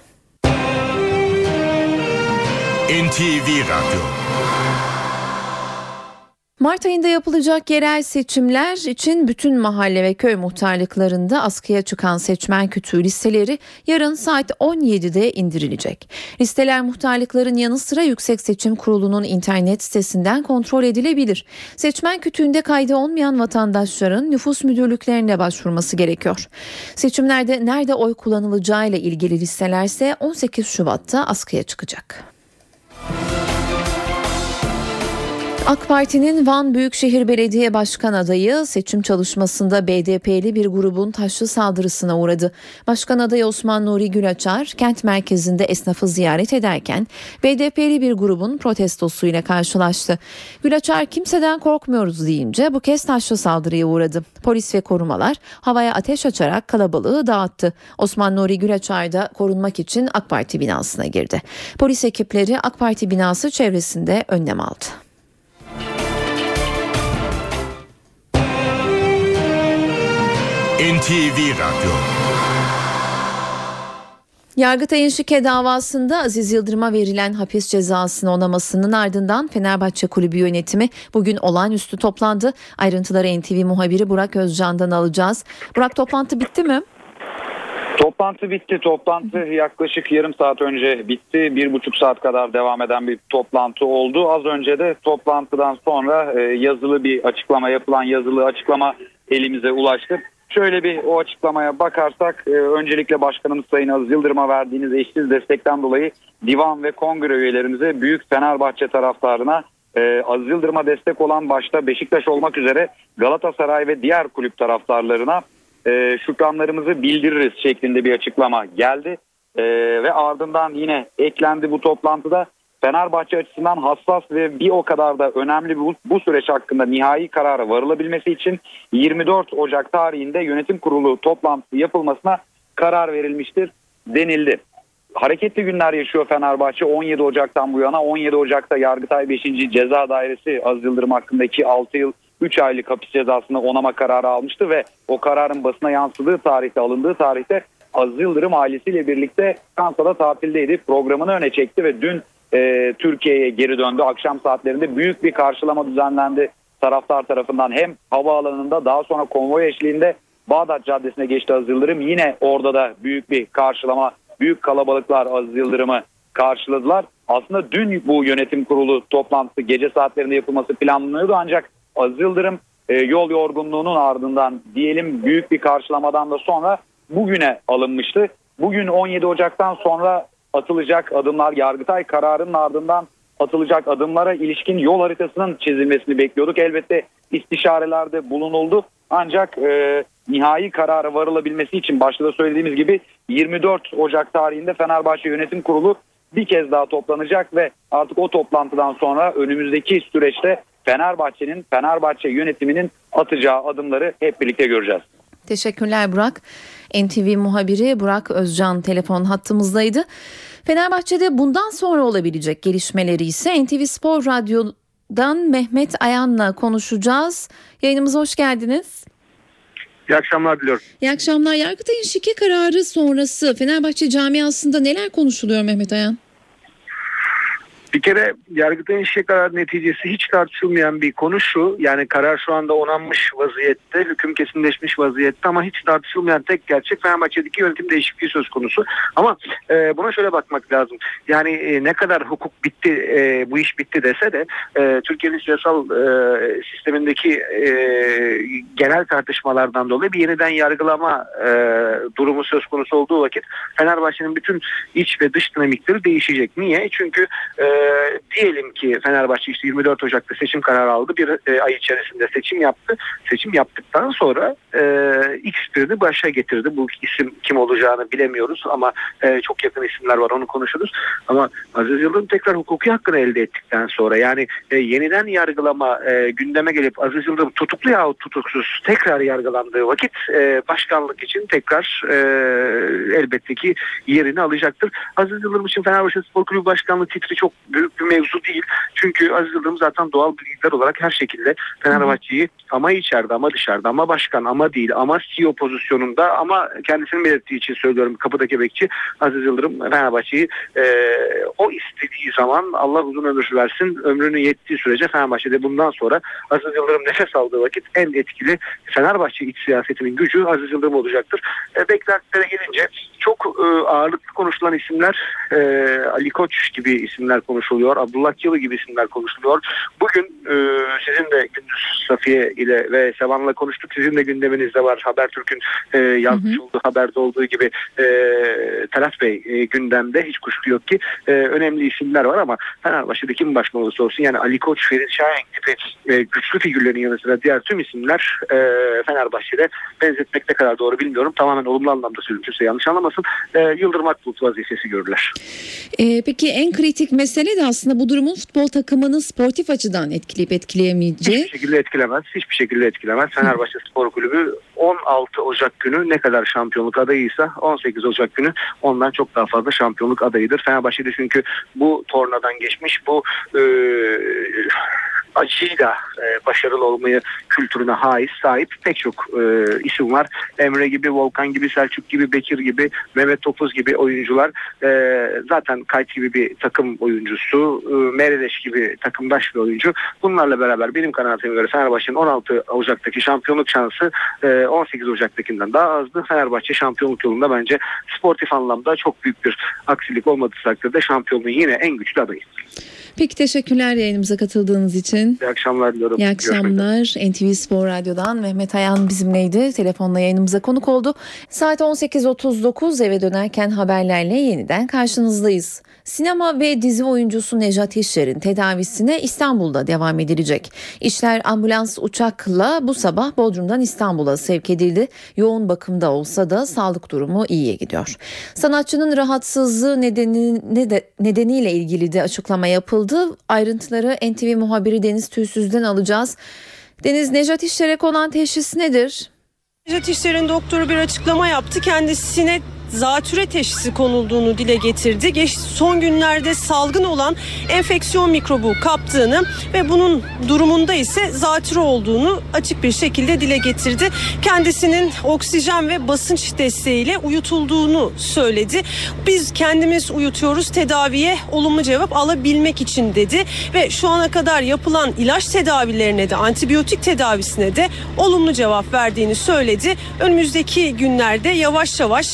N T V Radyo. Mart ayında yapılacak yerel seçimler için bütün mahalle ve köy muhtarlıklarında askıya çıkan seçmen kütüğü listeleri yarın saat on yedide indirilecek. Listeler muhtarlıkların yanı sıra Yüksek Seçim Kurulu'nun internet sitesinden kontrol edilebilir. Seçmen kütüğünde kaydı olmayan vatandaşların nüfus müdürlüklerine başvurması gerekiyor. Seçimlerde nerede oy kullanılacağıyla ilgili listeler ise on sekiz Şubat'ta askıya çıkacak. AK Parti'nin Van Büyükşehir Belediye Başkan adayı seçim çalışmasında B D P'li bir grubun taşlı saldırısına uğradı. Başkan adayı Osman Nuri Gülaçar kent merkezinde esnafı ziyaret ederken B D P'li bir grubun protestosuyla karşılaştı. Gülaçar kimseden korkmuyoruz deyince bu kez taşlı saldırıya uğradı. Polis ve korumalar havaya ateş açarak kalabalığı dağıttı. Osman Nuri Gülaçar da korunmak için AK Parti binasına girdi. Polis ekipleri AK Parti binası çevresinde önlem aldı. N T V Radyo. Yargıtay'ın şike davasında Aziz Yıldırım'a verilen hapis cezasını onamasının ardından Fenerbahçe Kulübü yönetimi bugün olağanüstü toplandı. Ayrıntıları N T V muhabiri Burak Özcan'dan alacağız. Burak, toplantı bitti mi? Toplantı bitti. Toplantı yaklaşık yarım saat önce bitti. Bir buçuk saat kadar devam eden bir toplantı oldu. Az önce de toplantıdan sonra yazılı bir açıklama, yapılan yazılı açıklama elimize ulaştı. Şöyle bir o açıklamaya bakarsak e, öncelikle Başkanımız Sayın Aziz Yıldırım'a verdiğiniz eşsiz destekten dolayı divan ve kongre üyelerimize, büyük Fenerbahçe taraftarına, e, Aziz Yıldırım'a destek olan başta Beşiktaş olmak üzere Galatasaray ve diğer kulüp taraftarlarına e, şükranlarımızı bildiririz şeklinde bir açıklama geldi. E, ve ardından yine eklendi bu toplantıda. Fenerbahçe açısından hassas ve bir o kadar da önemli bu, bu süreç hakkında nihai karara varılabilmesi için yirmi dört Ocak tarihinde yönetim kurulu toplantısı yapılmasına karar verilmiştir denildi. Hareketli günler yaşıyor Fenerbahçe. on yedi Ocak'tan bu yana on yedi Ocak'ta Yargıtay beşinci Ceza Dairesi Aziz Yıldırım hakkındaki altı yıl üç aylık hapis cezasını onama kararı almıştı ve o kararın basına yansıdığı tarihte, alındığı tarihte Aziz Yıldırım ailesiyle birlikte Fransa'da tatildeydi. Programını öne çekti ve dün e, Türkiye'ye geri döndü. Akşam saatlerinde büyük bir karşılama düzenlendi taraftar tarafından. Hem havaalanında, daha sonra konvoy eşliğinde Bağdat Caddesi'ne geçti Aziz Yıldırım. Yine orada da büyük bir karşılama, büyük kalabalıklar Aziz Yıldırım'ı karşıladılar. Aslında dün bu yönetim kurulu toplantısı gece saatlerinde yapılması planlanıyordu, ancak Aziz Yıldırım e, yol yorgunluğunun ardından diyelim büyük bir karşılamadan da sonra bugüne alınmıştı. Bugün on yedi Ocak'tan sonra atılacak adımlar, Yargıtay kararının ardından atılacak adımlara ilişkin yol haritasının çizilmesini bekliyorduk. Elbette istişarelerde bulunuldu. Ancak e, nihai karara varılabilmesi için başta da söylediğimiz gibi yirmi dört Ocak tarihinde Fenerbahçe Yönetim Kurulu bir kez daha toplanacak ve artık o toplantıdan sonra önümüzdeki süreçte Fenerbahçe'nin, Fenerbahçe yönetiminin atacağı adımları hep birlikte göreceğiz. Teşekkürler Burak. N T V muhabiri Burak Özcan telefon hattımızdaydı. Fenerbahçe'de bundan sonra olabilecek gelişmeleri ise N T V Spor Radyo'dan Mehmet Ayan'la konuşacağız. Yayınımıza hoş geldiniz. İyi akşamlar diliyorum. İyi akşamlar. Yargıtay'ın şike kararı sonrası Fenerbahçe camiasında neler konuşuluyor Mehmet Ayan? Bir kere Yargıtay'ın şike kararı neticesi hiç tartışılmayan bir konu şu. Yani karar şu anda onanmış vaziyette, hüküm kesinleşmiş vaziyette ama hiç tartışılmayan tek gerçek Fenerbahçe'deki yönetim değişikliği söz konusu. Ama e, buna şöyle bakmak lazım. Yani e, ne kadar hukuk bitti, e, bu iş bitti dese de e, Türkiye'nin siyasal e, sistemindeki e, genel tartışmalardan dolayı bir yeniden yargılama e, durumu söz konusu olduğu vakit Fenerbahçe'nin bütün iç ve dış dinamikleri değişecek. Niye? Çünkü e, diyelim ki Fenerbahçe işte yirmi dört Ocak'ta seçim kararı aldı. Bir e, ay içerisinde seçim yaptı. Seçim yaptıktan sonra e, X birini başa getirdi. Bu isim kim olacağını bilemiyoruz ama e, çok yakın isimler var, onu konuşuruz. Ama Aziz Yıldırım tekrar hukuki hakkını elde ettikten sonra yani e, yeniden yargılama e, gündeme gelip Aziz Yıldırım tutuklu yahut tutuksuz tekrar yargılandığı vakit e, başkanlık için tekrar e, elbette ki yerini alacaktır. Aziz Yıldırım için Fenerbahçe Spor Kulübü Başkanlığı titri çok büyük bir mevzu değil. Çünkü Aziz Yıldırım zaten doğal bir lider olarak her şekilde Fenerbahçe'yi ama içeride ama dışarıda ama başkan ama değil ama C E O pozisyonunda ama kendisinin belirttiği için söylüyorum, kapıdaki bekçi Aziz Yıldırım Fenerbahçe'yi e, o istediği zaman Allah uzun ömür versin, ömrünün yettiği sürece Fenerbahçe'de bundan sonra Aziz Yıldırım nefes aldığı vakit en etkili Fenerbahçe iç siyasetinin gücü Aziz Yıldırım olacaktır. E, beklentilere gelince çok e, ağırlıklı konuşulan isimler e, Ali Koç gibi isimler konuşuluyor. Abdullah Yılı gibi isimler konuşuluyor. Bugün e, sizin de Gündüz Safiye ile ve Sevan'la konuştuk. Sizin de gündeminizde var. Habertürk'ün e, yazmış hı hı. olduğu haberde olduğu gibi e, Talat Bey e, gündemde. Hiç kuşku yok ki e, önemli isimler var ama Fenerbahçe'de kim başkan olursa olsun yani Ali Koç, Ferit Şahin gibi e, güçlü figürlerin yanı sıra diğer tüm isimler e, Fenerbahçe'de benzetmek ne kadar doğru bilmiyorum. Tamamen olumlu anlamda söylüyorum. Kimse yanlış anlamasın. E, Yıldırım Akbulut vazifesi görürler. E, peki en kritik mesele de aslında bu durumun futbol takımını sportif açıdan etkileyip etkileyemeyeceği. Hiçbir şekilde etkilemez. Hiçbir şekilde etkilemez. Fenerbahçe Spor Kulübü on altı Ocak günü ne kadar şampiyonluk adayıysa on sekiz Ocak günü ondan çok daha fazla şampiyonluk adayıdır. Fenerbahçe'de çünkü bu tornadan geçmiş, bu e, acıyla e, başarılı olmayı kültürüne haiz, sahip pek çok e, isim var. Emre gibi, Volkan gibi, Selçuk gibi, Bekir gibi, Mehmet Topuz gibi oyuncular. E, zaten Kayt gibi bir takım oyuncusu, e, Meredeş gibi takımdaş bir oyuncu. Bunlarla beraber benim kanaatime göre Fenerbahçe'nin on altı Ocak'taki şampiyonluk şansı e, on sekiz Ocak'takinden daha azdı. Fenerbahçe şampiyonluk yolunda bence sportif anlamda çok büyük bir aksilik olmadığı takdirde şampiyonluğun yine en güçlü adayı. Peki teşekkürler yayınımıza katıldığınız için. İyi akşamlar diliyorum. İyi akşamlar. N T V Spor Radyo'dan Mehmet Ayan bizimleydi. Telefonla yayınımıza konuk oldu. Saat on sekiz otuz dokuz eve dönerken haberlerle yeniden karşınızdayız. Sinema ve dizi oyuncusu Nejat İşler'in tedavisine İstanbul'da devam edilecek. İşler ambulans uçakla bu sabah Bodrum'dan İstanbul'a sevk edildi. Yoğun bakımda olsa da sağlık durumu iyiye gidiyor. Sanatçının rahatsızlığı nedeni, nedeniyle ilgili de açıklama yapıldı. Ayrıntıları N T V muhabiri Deniz Tüysüz'den alacağız. Deniz, Nejat İşler'e konan teşhis nedir? Nejat İşler'in doktoru bir açıklama yaptı. Kendisine zatüre teşhisi konulduğunu dile getirdi. Geç son günlerde salgın olan enfeksiyon mikrobu kaptığını ve bunun durumunda ise zatüre olduğunu açık bir şekilde dile getirdi. Kendisinin oksijen ve basınç desteğiyle uyutulduğunu söyledi. Biz kendimiz uyutuyoruz, tedaviye olumlu cevap alabilmek için dedi ve şu ana kadar yapılan ilaç tedavilerine de antibiyotik tedavisine de olumlu cevap verdiğini söyledi. Önümüzdeki günlerde yavaş yavaş durum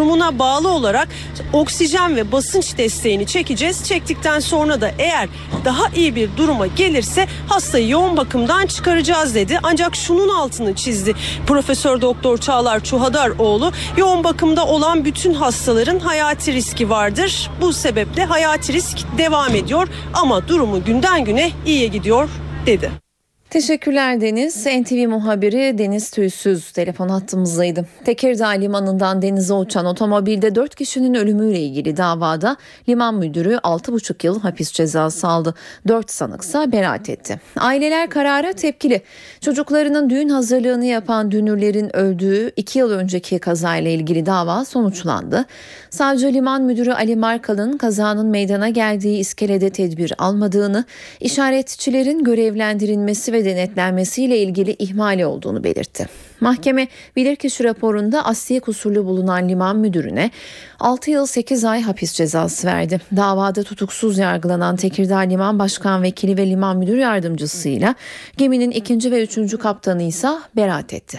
durumuna bağlı olarak oksijen ve basınç desteğini çekeceğiz. Çektikten sonra da eğer daha iyi bir duruma gelirse hastayı yoğun bakımdan çıkaracağız dedi. Ancak şunun altını çizdi Profesör Doktor Çağlar Çuhadaroğlu. Yoğun bakımda olan bütün hastaların hayati riski vardır. Bu sebeple hayati risk devam ediyor ama durumu günden güne iyiye gidiyor dedi. Teşekkürler Deniz. N T V muhabiri Deniz Tüysüz telefon hattımızdaydı. Tekirdağ limanından denize uçan otomobilde dört kişinin ölümüyle ilgili davada liman müdürü altı buçuk yıl hapis cezası aldı. dört sanıksa beraat etti. Aileler karara tepkili. Çocuklarının düğün hazırlığını yapan dünürlerin öldüğü iki yıl önceki kazayla ilgili dava sonuçlandı. Savcı liman müdürü Ali Markal'ın kazanın meydana geldiği iskelede tedbir almadığını, işaretçilerin görevlendirilmesi ve denetlenmesiyle ilgili ihmali olduğunu belirtti. Mahkeme bilirkişi raporunda asliye kusurlu bulunan liman müdürüne altı yıl sekiz ay hapis cezası verdi. Davada tutuksuz yargılanan Tekirdağ Liman Başkan Vekili ve liman müdür yardımcısıyla geminin ikinci ve üçüncü kaptanı ise beraat etti.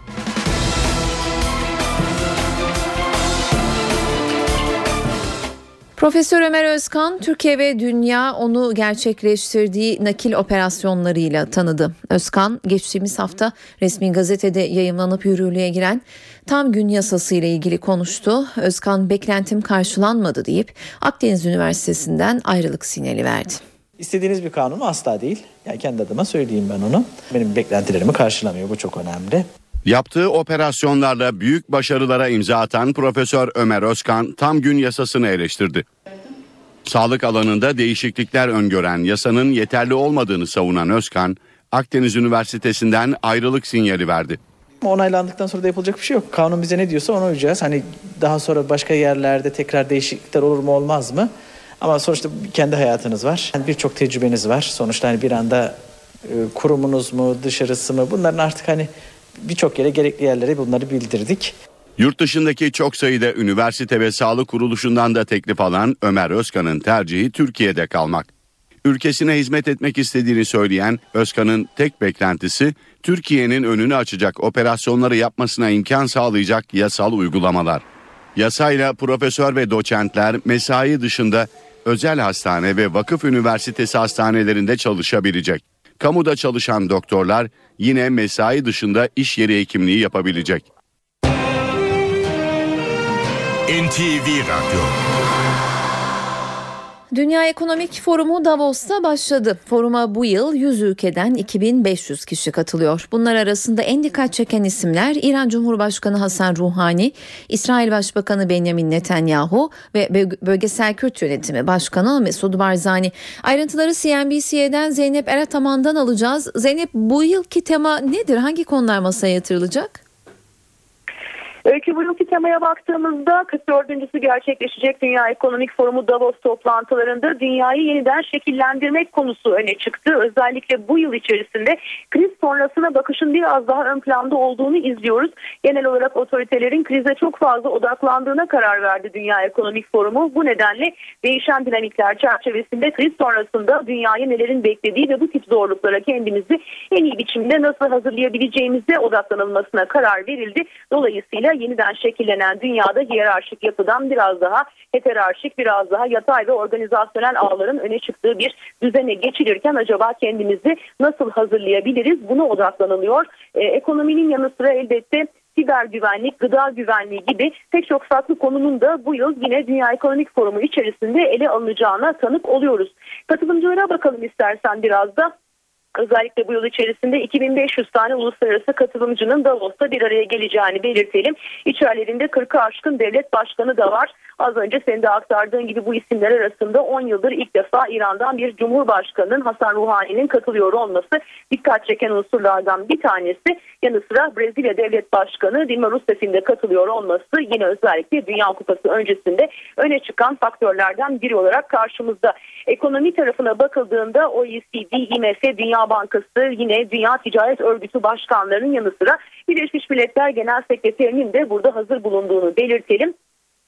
Profesör Ömer Özkan, Türkiye ve dünya onu gerçekleştirdiği nakil operasyonlarıyla tanıdı. Özkan, geçtiğimiz hafta resmi gazetede yayımlanıp yürürlüğe giren tam gün yasası ile ilgili konuştu. Özkan, beklentim karşılanmadı deyip Akdeniz Üniversitesi'nden ayrılık sinyali verdi. İstediğiniz bir kanun asla değil. Yani kendi adıma söyleyeyim ben onu. Benim beklentilerimi karşılamıyor. Bu çok önemli. Yaptığı operasyonlarla büyük başarılara imza atan Profesör Ömer Özkan tam gün yasasını eleştirdi. Sağlık alanında değişiklikler öngören yasanın yeterli olmadığını savunan Özkan, Akdeniz Üniversitesi'nden ayrılık sinyali verdi. Onaylandıktan sonra da yapılacak bir şey yok. Kanun bize ne diyorsa ona uyacağız. Hani daha sonra başka yerlerde tekrar değişiklikler olur mu olmaz mı? Ama sonuçta kendi hayatınız var. Yani birçok tecrübeniz var. Sonuçta hani bir anda e, kurumunuz mu, dışarısı mı, bunların artık hani birçok yere, gerekli yerlere bunları bildirdik. Yurt dışındaki çok sayıda üniversite ve sağlık kuruluşundan da teklif alan Ömer Özkan'ın tercihi Türkiye'de kalmak. Ülkesine hizmet etmek istediğini söyleyen Özkan'ın tek beklentisi Türkiye'nin önünü açacak operasyonları yapmasına imkan sağlayacak yasal uygulamalar. Yasayla profesör ve doçentler mesai dışında özel hastane ve vakıf üniversitesi hastanelerinde çalışabilecek. Kamuda çalışan doktorlar yine mesai dışında iş yeri hekimliği yapabilecek. N T V Radyo. Dünya Ekonomik Forumu Davos'ta başladı. Foruma bu yıl yüz ülkeden iki bin beş yüz kişi katılıyor. Bunlar arasında en dikkat çeken isimler İran Cumhurbaşkanı Hasan Ruhani, İsrail Başbakanı Benjamin Netanyahu ve Bölgesel Kürt Yönetimi Başkanı Mesud Barzani. Ayrıntıları C N B C'den Zeynep Erataman'dan alacağız. Zeynep, bu yılki tema nedir? Hangi konular masaya yatırılacak? Öykü, bu yılki temaya baktığımızda kırk dördüncüsü gerçekleşecek Dünya Ekonomik Forumu Davos toplantılarında dünyayı yeniden şekillendirmek konusu öne çıktı. Özellikle bu yıl içerisinde kriz sonrasına bakışın biraz daha ön planda olduğunu izliyoruz. Genel olarak otoritelerin krize çok fazla odaklandığına karar verdi Dünya Ekonomik Forumu. Bu nedenle değişen dinamikler çerçevesinde kriz sonrasında dünyayı nelerin beklediği ve bu tip zorluklara kendimizi en iyi biçimde nasıl hazırlayabileceğimize odaklanılmasına karar verildi. Dolayısıyla yeniden şekillenen dünyada hiyerarşik yapıdan biraz daha heterarşik, biraz daha yatay ve organizasyonel ağların öne çıktığı bir düzene geçilirken acaba kendimizi nasıl hazırlayabiliriz? Buna odaklanılıyor. Ee, ekonominin yanı sıra elbette siber güvenlik, gıda güvenliği gibi pek çok farklı konunun da bu yıl yine Dünya Ekonomik Forumu içerisinde ele alınacağına tanık oluyoruz. Katılımcılara bakalım istersen biraz da. Özellikle bu yıl içerisinde iki bin beş yüz tane uluslararası katılımcının Davos'ta bir araya geleceğini belirtelim. İçerilerinde kırka aşkın devlet başkanı da var. Az önce senin de aktardığın gibi bu isimler arasında on yıldır ilk defa İran'dan bir cumhurbaşkanının, Hasan Ruhani'nin katılıyor olması dikkat çeken unsurlardan bir tanesi. Yanı sıra Brezilya Devlet Başkanı Dilma Rousseff'in de katılıyor olması yine özellikle Dünya Kupası öncesinde öne çıkan faktörlerden biri olarak karşımızda. Ekonomi tarafına bakıldığında O E C D, I M F, Dünya Bankası, yine Dünya Ticaret Örgütü başkanlarının yanı sıra Birleşmiş Milletler Genel Sekreterinin de burada hazır bulunduğunu belirtelim.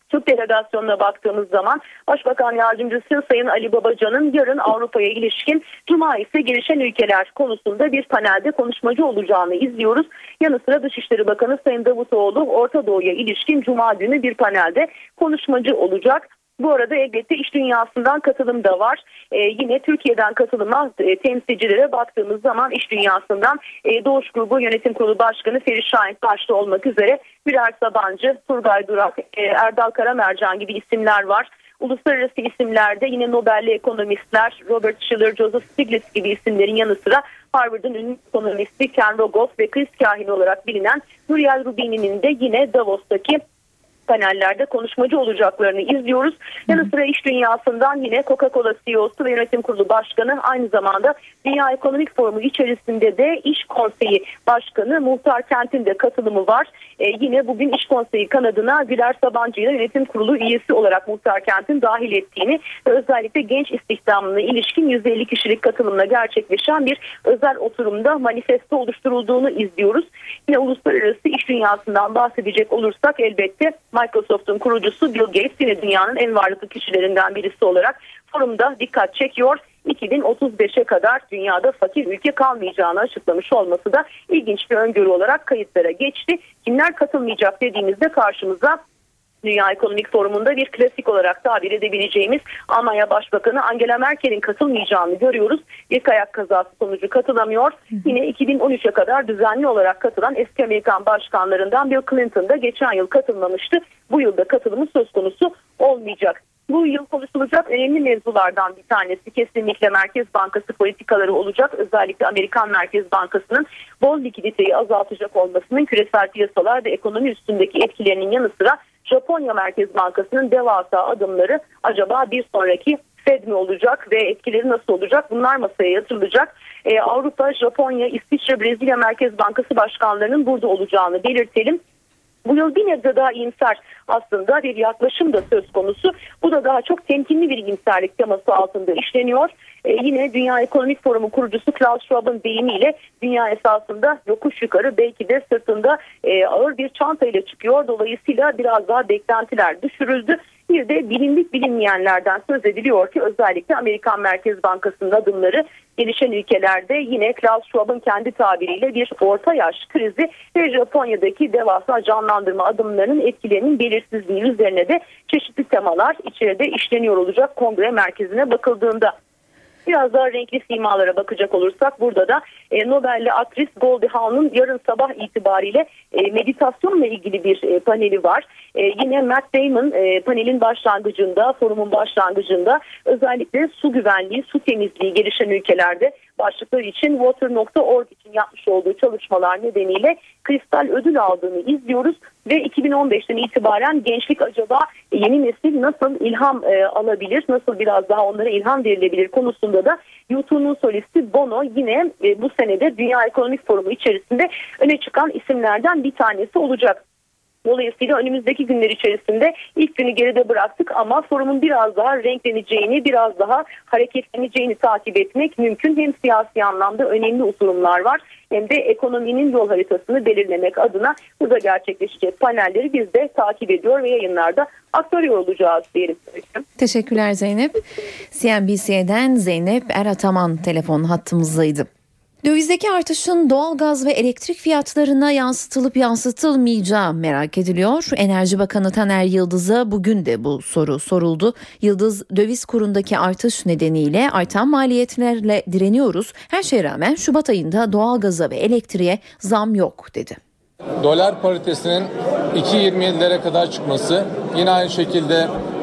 Türk delegasyonuna baktığımız zaman Başbakan Yardımcısı Sayın Ali Babacan'ın yarın Avrupa'ya ilişkin, Cuma ise gelişen ülkeler konusunda bir panelde konuşmacı olacağını izliyoruz. Yanı sıra Dışişleri Bakanı Sayın Davutoğlu Orta Doğu'ya ilişkin Cuma günü bir panelde konuşmacı olacak. Bu arada elbette iş dünyasından katılım da var. Ee, yine Türkiye'den katılıma e, temsilcilere baktığımız zaman iş dünyasından e, Doğuş Grubu Yönetim Kurulu Başkanı Ferit Şahin başta olmak üzere Güler Sabancı, Turgay Durak, e, Erdal Karamercan gibi isimler var. Uluslararası isimlerde yine Nobel'li ekonomistler Robert Shiller, Joseph Stiglitz gibi isimlerin yanı sıra Harvard'ın ünlü ekonomisti Ken Rogoff ve Chris Kahin olarak bilinen Nouriel Roubini'nin de yine Davos'taki panellerde konuşmacı olacaklarını izliyoruz. Yanı sıra iş dünyasından yine Coca-Cola C E O'su ve Yönetim Kurulu Başkanı, aynı zamanda Dünya Ekonomik Forumu içerisinde de İş Konseyi Başkanı Muhtar Kent'in de katılımı var. Ee, yine bugün İş Konseyi kanadına Güler Sabancı'yı Yönetim Kurulu üyesi olarak Muhtar Kent'in dahil ettiğini ve özellikle genç istihdamına ilişkin yüz elli kişilik katılımla gerçekleşen bir özel oturumda manifesto oluşturulduğunu izliyoruz. Yine uluslararası iş dünyasından bahsedecek olursak elbette Microsoft'un kurucusu Bill Gates yine dünyanın en varlıklı kişilerinden birisi olarak forumda dikkat çekiyor. iki bin otuz beşe kadar dünyada fakir ülke kalmayacağını açıklamış olması da ilginç bir öngörü olarak kayıtlara geçti. Kimler katılmayacak dediğimizde karşımıza Dünya Ekonomik Forumu'nda bir klasik olarak tabir edebileceğimiz Almanya Başbakanı Angela Merkel'in katılmayacağını görüyoruz. Bir kayak kazası sonucu katılamıyor. Yine iki bin on üçe kadar düzenli olarak katılan eski Amerikan başkanlarından Bill Clinton da geçen yıl katılmamıştı. Bu yılda katılımı söz konusu olmayacak. Bu yıl konuşulacak önemli mevzulardan bir tanesi kesinlikle Merkez Bankası politikaları olacak. Özellikle Amerikan Merkez Bankası'nın bol likiditeyi azaltacak olmasının küresel piyasalar ve ekonomi üstündeki etkilerinin yanı sıra Japonya Merkez Bankası'nın devasa adımları acaba bir sonraki Fed mi olacak ve etkileri nasıl olacak? Bunlar masaya yatırılacak. Ee, Avrupa, Japonya, İsviçre, Brezilya Merkez Bankası başkanlarının burada olacağını belirtelim. Bu yıl bir nebze daha iyimser aslında bir yaklaşım da söz konusu. Bu da daha çok temkinli bir iyimserlik teması altında işleniyor. Ee, yine Dünya Ekonomik Forumu kurucusu Klaus Schwab'ın deyimiyle dünya esasında yokuş yukarı belki de sırtında e, ağır bir çantayla çıkıyor. Dolayısıyla biraz daha beklentiler düşürüldü. Bir de bilindik bilinmeyenlerden söz ediliyor ki özellikle Amerikan Merkez Bankası'nın adımları gelişen ülkelerde yine Klaus Schwab'ın kendi tabiriyle bir orta yaş krizi ve Japonya'daki devasa canlandırma adımlarının etkilerinin belirsizliği üzerine de çeşitli temalar içeride işleniyor olacak kongre merkezine bakıldığında. Biraz daha renkli simalara bakacak olursak burada da e, Nobel'li aktris Goldie Hawn'un yarın sabah itibariyle e, meditasyonla ilgili bir e, paneli var. E, yine Matt Damon e, panelin başlangıcında, forumun başlangıcında özellikle su güvenliği, su temizliği gelişen ülkelerde başlıkları için water nokta org için yapmış olduğu çalışmalar nedeniyle kristal ödül aldığını izliyoruz ve iki bin on beşten itibaren gençlik acaba yeni nesil nasıl ilham e, alabilir, nasıl biraz daha onlara ilham verilebilir konusunda da U two'nun solisti Bono yine e, bu senede Dünya Ekonomik Forumu içerisinde öne çıkan isimlerden bir tanesi olacak. Dolayısıyla önümüzdeki günler içerisinde ilk günü geride bıraktık ama forumun biraz daha renkleneceğini, biraz daha hareketleneceğini takip etmek mümkün. Hem siyasi anlamda önemli oturumlar var hem de ekonominin yol haritasını belirlemek adına burada gerçekleşecek panelleri biz de takip ediyor ve yayınlarda aktarıyor olacağız diyelim. Teşekkürler Zeynep. C N B C'den Zeynep Erataman telefon hattımızdaydı. Dövizdeki artışın doğalgaz ve elektrik fiyatlarına yansıtılıp yansıtılmayacağı merak ediliyor. Enerji Bakanı Taner Yıldız'a bugün de bu soru soruldu. Yıldız, döviz kurundaki artış nedeniyle artan maliyetlerle direniyoruz. Her şeye rağmen Şubat ayında doğalgaza ve elektriğe zam yok dedi. Dolar paritesinin iki virgül yirmi yedilere kadar çıkması, yine aynı şekilde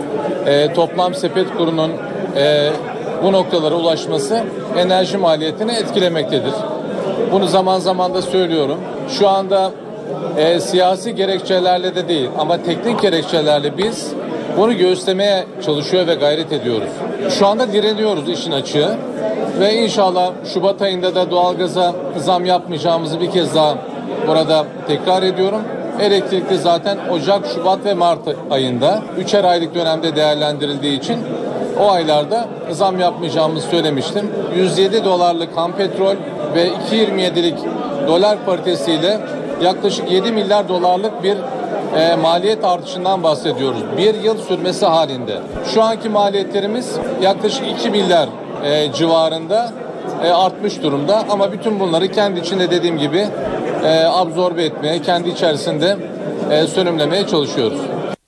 e, toplam sepet kurunun e, bu noktalara ulaşması enerji maliyetini etkilemektedir. Bunu zaman zaman da söylüyorum. Şu anda e, siyasi gerekçelerle de değil ama teknik gerekçelerle biz bunu göğüslemeye çalışıyor ve gayret ediyoruz. Şu anda direniyoruz işin açığı ve inşallah Şubat ayında da doğalgaza zam yapmayacağımızı bir kez daha burada tekrar ediyorum. Elektrikli zaten Ocak, Şubat ve Mart ayında üçer aylık dönemde değerlendirildiği için o aylarda zam yapmayacağımızı söylemiştim. yüz yedi dolarlık ham petrol ve iki virgül yirmi yedilik dolar paritesiyle yaklaşık yedi milyar dolarlık bir e, maliyet artışından bahsediyoruz. Bir yıl sürmesi halinde. Şu anki maliyetlerimiz yaklaşık iki milyar e, civarında e, artmış durumda. Ama bütün bunları kendi içinde dediğim gibi e, absorbe etmeye, kendi içerisinde e, sönümlemeye çalışıyoruz.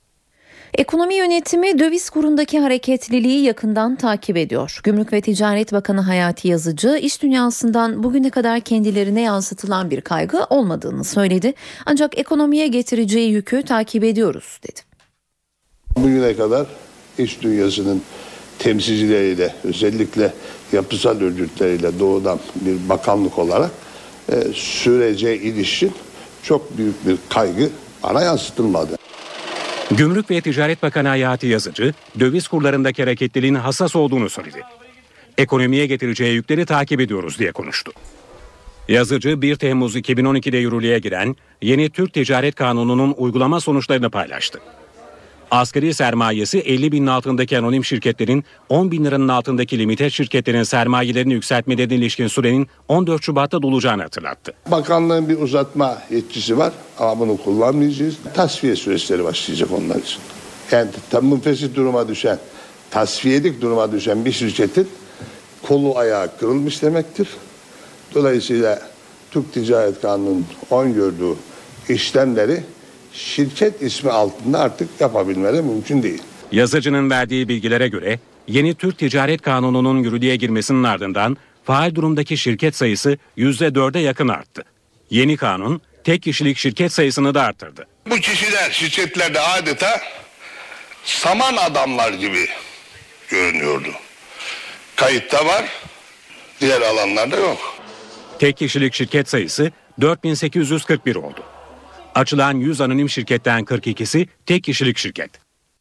Ekonomi yönetimi döviz kurundaki hareketliliği yakından takip ediyor. Gümrük ve Ticaret Bakanı Hayati Yazıcı, iş dünyasından bugüne kadar kendilerine yansıtılan bir kaygı olmadığını söyledi. Ancak ekonomiye getireceği yükü takip ediyoruz dedi. Bugüne kadar iş dünyasının temsilcileriyle, özellikle yapısal örgütleriyle doğudan bir bakanlık olarak e, sürece ilişkin çok büyük bir kaygı bana yansıtılmadı. Gümrük ve Ticaret Bakanı Hayati Yazıcı, döviz kurlarındaki hareketliliğin hassas olduğunu söyledi. Ekonomiye getireceği yükleri takip ediyoruz diye konuştu. Yazıcı, bir Temmuz iki bin on iki'de yürürlüğe giren yeni Türk Ticaret Kanunu'nun uygulama sonuçlarını paylaştı. Asgari sermayesi elli binin altındaki anonim şirketlerin on bin liranın altındaki limited şirketlerin sermayelerini yükseltmelerine ilişkin sürenin on dört Şubat'ta dolacağını hatırlattı. Bakanlığın bir uzatma yetkisi var ama bunu kullanmayacağız. Tasfiye süreçleri başlayacak onlar için. Yani tam münfesit duruma düşen, tasfiyelik duruma düşen bir şirketin kolu ayağı kırılmış demektir. Dolayısıyla Türk Ticaret Kanunu'nun öngördüğü işlemleri şirket ismi altında artık yapabilmeleri mümkün değil. Yazıcının verdiği bilgilere göre yeni Türk Ticaret Kanunu'nun yürürlüğe girmesinin ardından faal durumdaki şirket sayısı yüzde dörde yakın arttı. Yeni kanun tek kişilik şirket sayısını da arttırdı. Bu kişiler şirketlerde adeta saman adamlar gibi görünüyordu. Kayıtta var, diğer alanlarda yok. Tek kişilik şirket sayısı dört bin sekiz yüz kırk bir oldu. Açılan yüz anonim şirketten kırk ikisi tek kişilik şirket.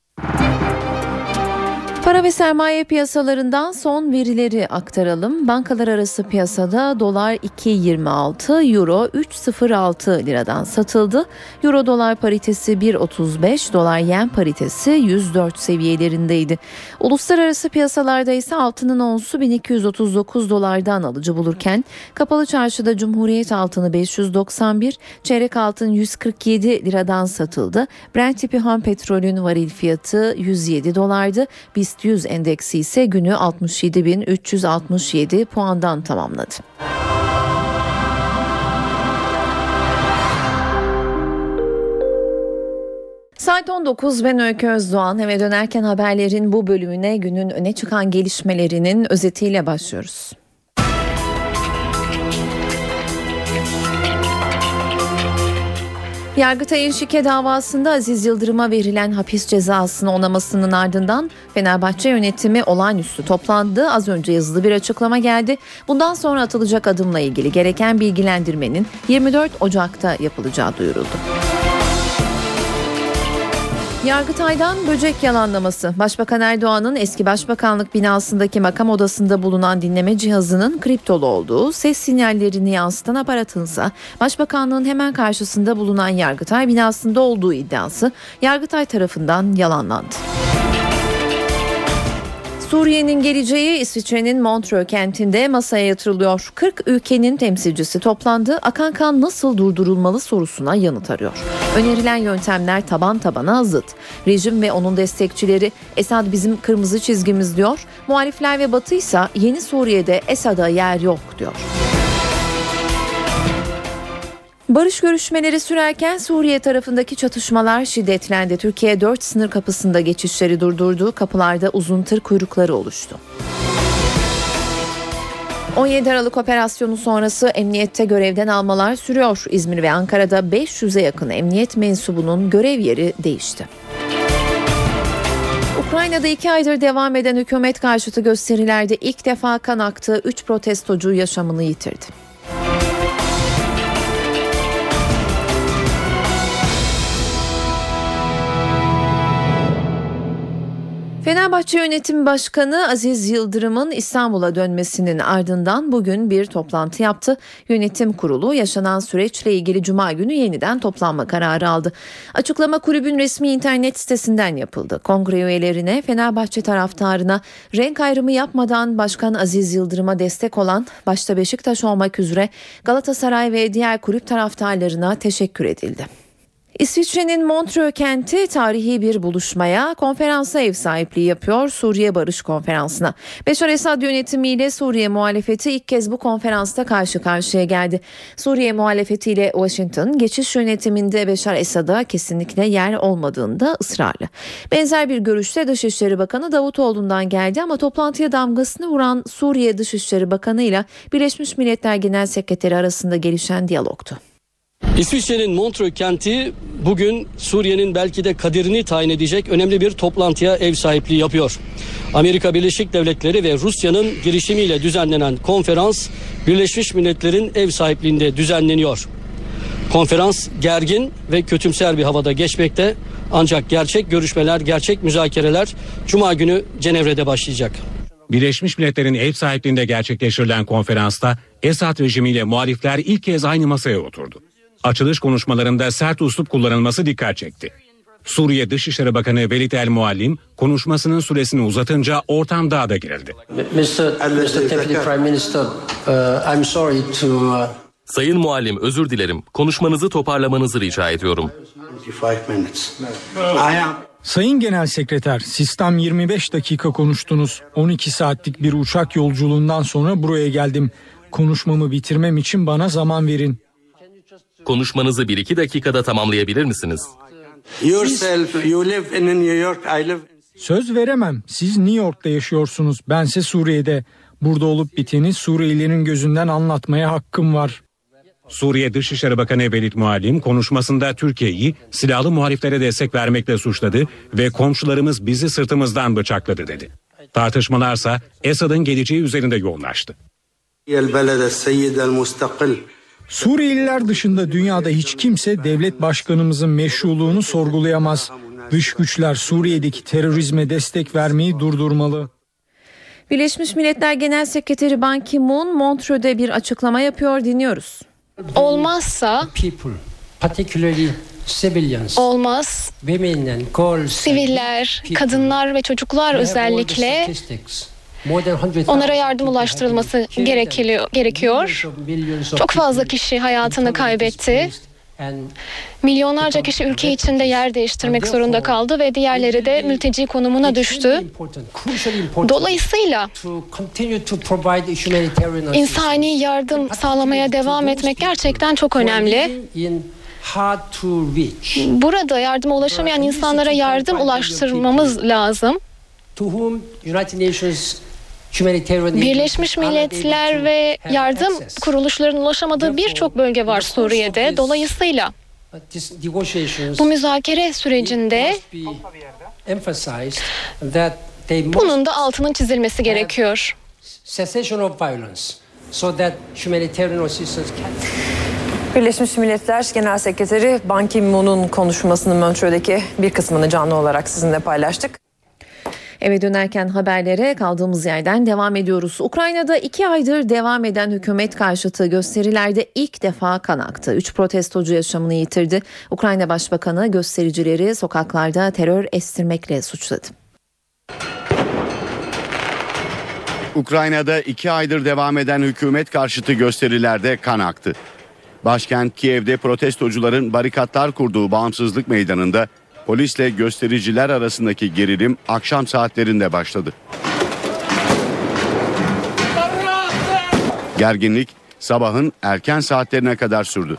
Para ve sermaye piyasalarından son verileri aktaralım. Bankalar arası piyasada dolar iki virgül yirmi altı, euro üç virgül sıfır altı liradan satıldı. Euro dolar paritesi bir virgül otuz beş, dolar yen paritesi yüz dört seviyelerindeydi. Uluslararası piyasalarda ise altının onsu bin iki yüz otuz dokuz dolardan alıcı bulurken kapalı çarşıda Cumhuriyet altını beş yüz doksan bir, çeyrek altın yüz kırk yedi liradan satıldı. Brent tipi ham petrolün varil fiyatı yüz yedi dolardı. BIST yüz endeksi ise günü altmış yedi bin üç yüz altmış yedi puandan tamamladı. Saat on dokuz, ben Öykü Özdoğan. Eve dönerken haberlerin bu bölümüne günün öne çıkan gelişmelerinin özetiyle başlıyoruz. Yargıtay'ın şike davasında Aziz Yıldırım'a verilen hapis cezasını onamasının ardından Fenerbahçe yönetimi olağanüstü toplandı. Az önce yazılı bir açıklama geldi. Bundan sonra atılacak adımla ilgili gereken bilgilendirmenin yirmi dört Ocak'ta yapılacağı duyuruldu. Yargıtay'dan böcek yalanlaması. Başbakan Erdoğan'ın eski başbakanlık binasındaki makam odasında bulunan dinleme cihazının kriptolu olduğu, ses sinyallerini yansıtan aparatınsa Başbakanlığın hemen karşısında bulunan Yargıtay binasında olduğu iddiası Yargıtay tarafından yalanlandı. Suriye'nin geleceği İsviçre'nin Montreux kentinde masaya yatırılıyor. kırk ülkenin temsilcisi toplandı. Akan kan nasıl durdurulmalı sorusuna yanıt arıyor. Önerilen yöntemler taban tabana zıt. Rejim ve onun destekçileri Esad bizim kırmızı çizgimiz diyor. Muhalifler ve Batı ise yeni Suriye'de Esad'a yer yok diyor. Barış görüşmeleri sürerken Suriye tarafındaki çatışmalar şiddetlendi. Türkiye dört sınır kapısında geçişleri durdurdu. Kapılarda uzun tır kuyrukları oluştu. on yedi Aralık operasyonu sonrası emniyette görevden almalar sürüyor. İzmir ve Ankara'da beş yüze yakın emniyet mensubunun görev yeri değişti. Ukrayna'da iki aydır devam eden hükümet karşıtı gösterilerde ilk defa kan aktı. Üç protestocu yaşamını yitirdi. Fenerbahçe Yönetim Başkanı Aziz Yıldırım'ın İstanbul'a dönmesinin ardından bugün bir toplantı yaptı. Yönetim kurulu yaşanan süreçle ilgili Cuma günü yeniden toplanma kararı aldı. Açıklama kulübün resmi internet sitesinden yapıldı. Kongre üyelerine, Fenerbahçe taraftarına renk ayrımı yapmadan Başkan Aziz Yıldırım'a destek olan başta Beşiktaş olmak üzere Galatasaray ve diğer kulüp taraftarlarına teşekkür edildi. İsviçre'nin Montreux kenti tarihi bir buluşmaya, konferansa ev sahipliği yapıyor, Suriye Barış Konferansı'na. Beşar Esad yönetimiyle Suriye muhalefeti ilk kez bu konferansta karşı karşıya geldi. Suriye muhalefetiyle Washington, geçiş yönetiminde Beşar Esad'a kesinlikle yer olmadığında ısrarlı. Benzer bir görüşte Dışişleri Bakanı Davutoğlu'ndan geldi ama toplantıya damgasını vuran Suriye Dışişleri Bakanı ile Birleşmiş Milletler Genel Sekreteri arasında gelişen diyalogtu. İsviçre'nin Montreux kenti bugün Suriye'nin belki de kaderini tayin edecek önemli bir toplantıya ev sahipliği yapıyor. Amerika Birleşik Devletleri ve Rusya'nın girişimiyle düzenlenen konferans Birleşmiş Milletler'in ev sahipliğinde düzenleniyor. Konferans gergin ve kötümser bir havada geçmekte, ancak gerçek görüşmeler, gerçek müzakereler Cuma günü Cenevre'de başlayacak. Birleşmiş Milletler'in ev sahipliğinde gerçekleştirilen konferansta Esad rejimiyle muhalifler ilk kez aynı masaya oturdu. Açılış konuşmalarında sert üslup kullanılması dikkat çekti. Suriye Dışişleri Bakanı Velid El Muallim konuşmasının süresini uzatınca ortam daha da gerildi. Sayın Muallim, özür dilerim. Konuşmanızı toparlamanızı rica ediyorum. Sayın Genel Sekreter, sistem yirmi beş dakika konuştunuz. on iki saatlik bir uçak yolculuğundan sonra buraya geldim. Konuşmamı bitirmem için bana zaman verin. Konuşmanızı bir iki dakikada tamamlayabilir misiniz? Yourself, you live in New York, I live... Söz veremem. Siz New York'ta yaşıyorsunuz. Bense Suriye'de. Burada olup biteni Suriyelilerin gözünden anlatmaya hakkım var. Suriye Dışişleri Bakanı Velid Muallim konuşmasında Türkiye'yi silahlı muhaliflere destek vermekle suçladı ve komşularımız bizi sırtımızdan bıçakladı dedi. Tartışmalarsa Esad'ın geleceği üzerinde yoğunlaştı. Suriyeliler dışında dünyada hiç kimse devlet başkanımızın meşruluğunu sorgulayamaz. Dış güçler Suriye'deki terörizme destek vermeyi durdurmalı. Birleşmiş Milletler Genel Sekreteri Ban Ki-moon Montreux'de bir açıklama yapıyor, dinliyoruz. Olmazsa olmaz, siviller, kadınlar ve çocuklar özellikle onlara yardım ulaştırılması gerekiyor. Çok fazla kişi hayatını kaybetti. Milyonlarca kişi ülke içinde yer değiştirmek zorunda kaldı ve diğerleri de mülteci konumuna düştü. Dolayısıyla insani yardım sağlamaya devam etmek gerçekten çok önemli. Burada yardıma ulaşamayan insanlara yardım ulaştırmamız lazım. Birleşmiş Milletler ve yardım kuruluşlarının ulaşamadığı birçok bölge var Suriye'de. Dolayısıyla bu müzakere sürecinde bunun da altının çizilmesi gerekiyor. Birleşmiş Milletler Genel Sekreteri Ban Ki-moon'un konuşmasının Montreux'deki bir kısmını canlı olarak sizinle paylaştık. Eve dönerken haberlere kaldığımız yerden devam ediyoruz. Ukrayna'da iki aydır devam eden hükümet karşıtı gösterilerde ilk defa kan aktı. Üç protestocu yaşamını yitirdi. Ukrayna Başbakanı göstericileri sokaklarda terör estirmekle suçladı. Ukrayna'da iki aydır devam eden hükümet karşıtı gösterilerde kan aktı. Başkent Kiev'de protestocuların barikatlar kurduğu Bağımsızlık Meydanı'nda polisle göstericiler arasındaki gerilim akşam saatlerinde başladı. Gerginlik sabahın erken saatlerine kadar sürdü.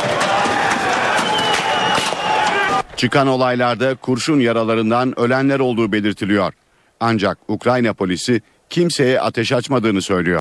Çıkan olaylarda kurşun yaralarından ölenler olduğu belirtiliyor. Ancak Ukrayna polisi kimseye ateş açmadığını söylüyor.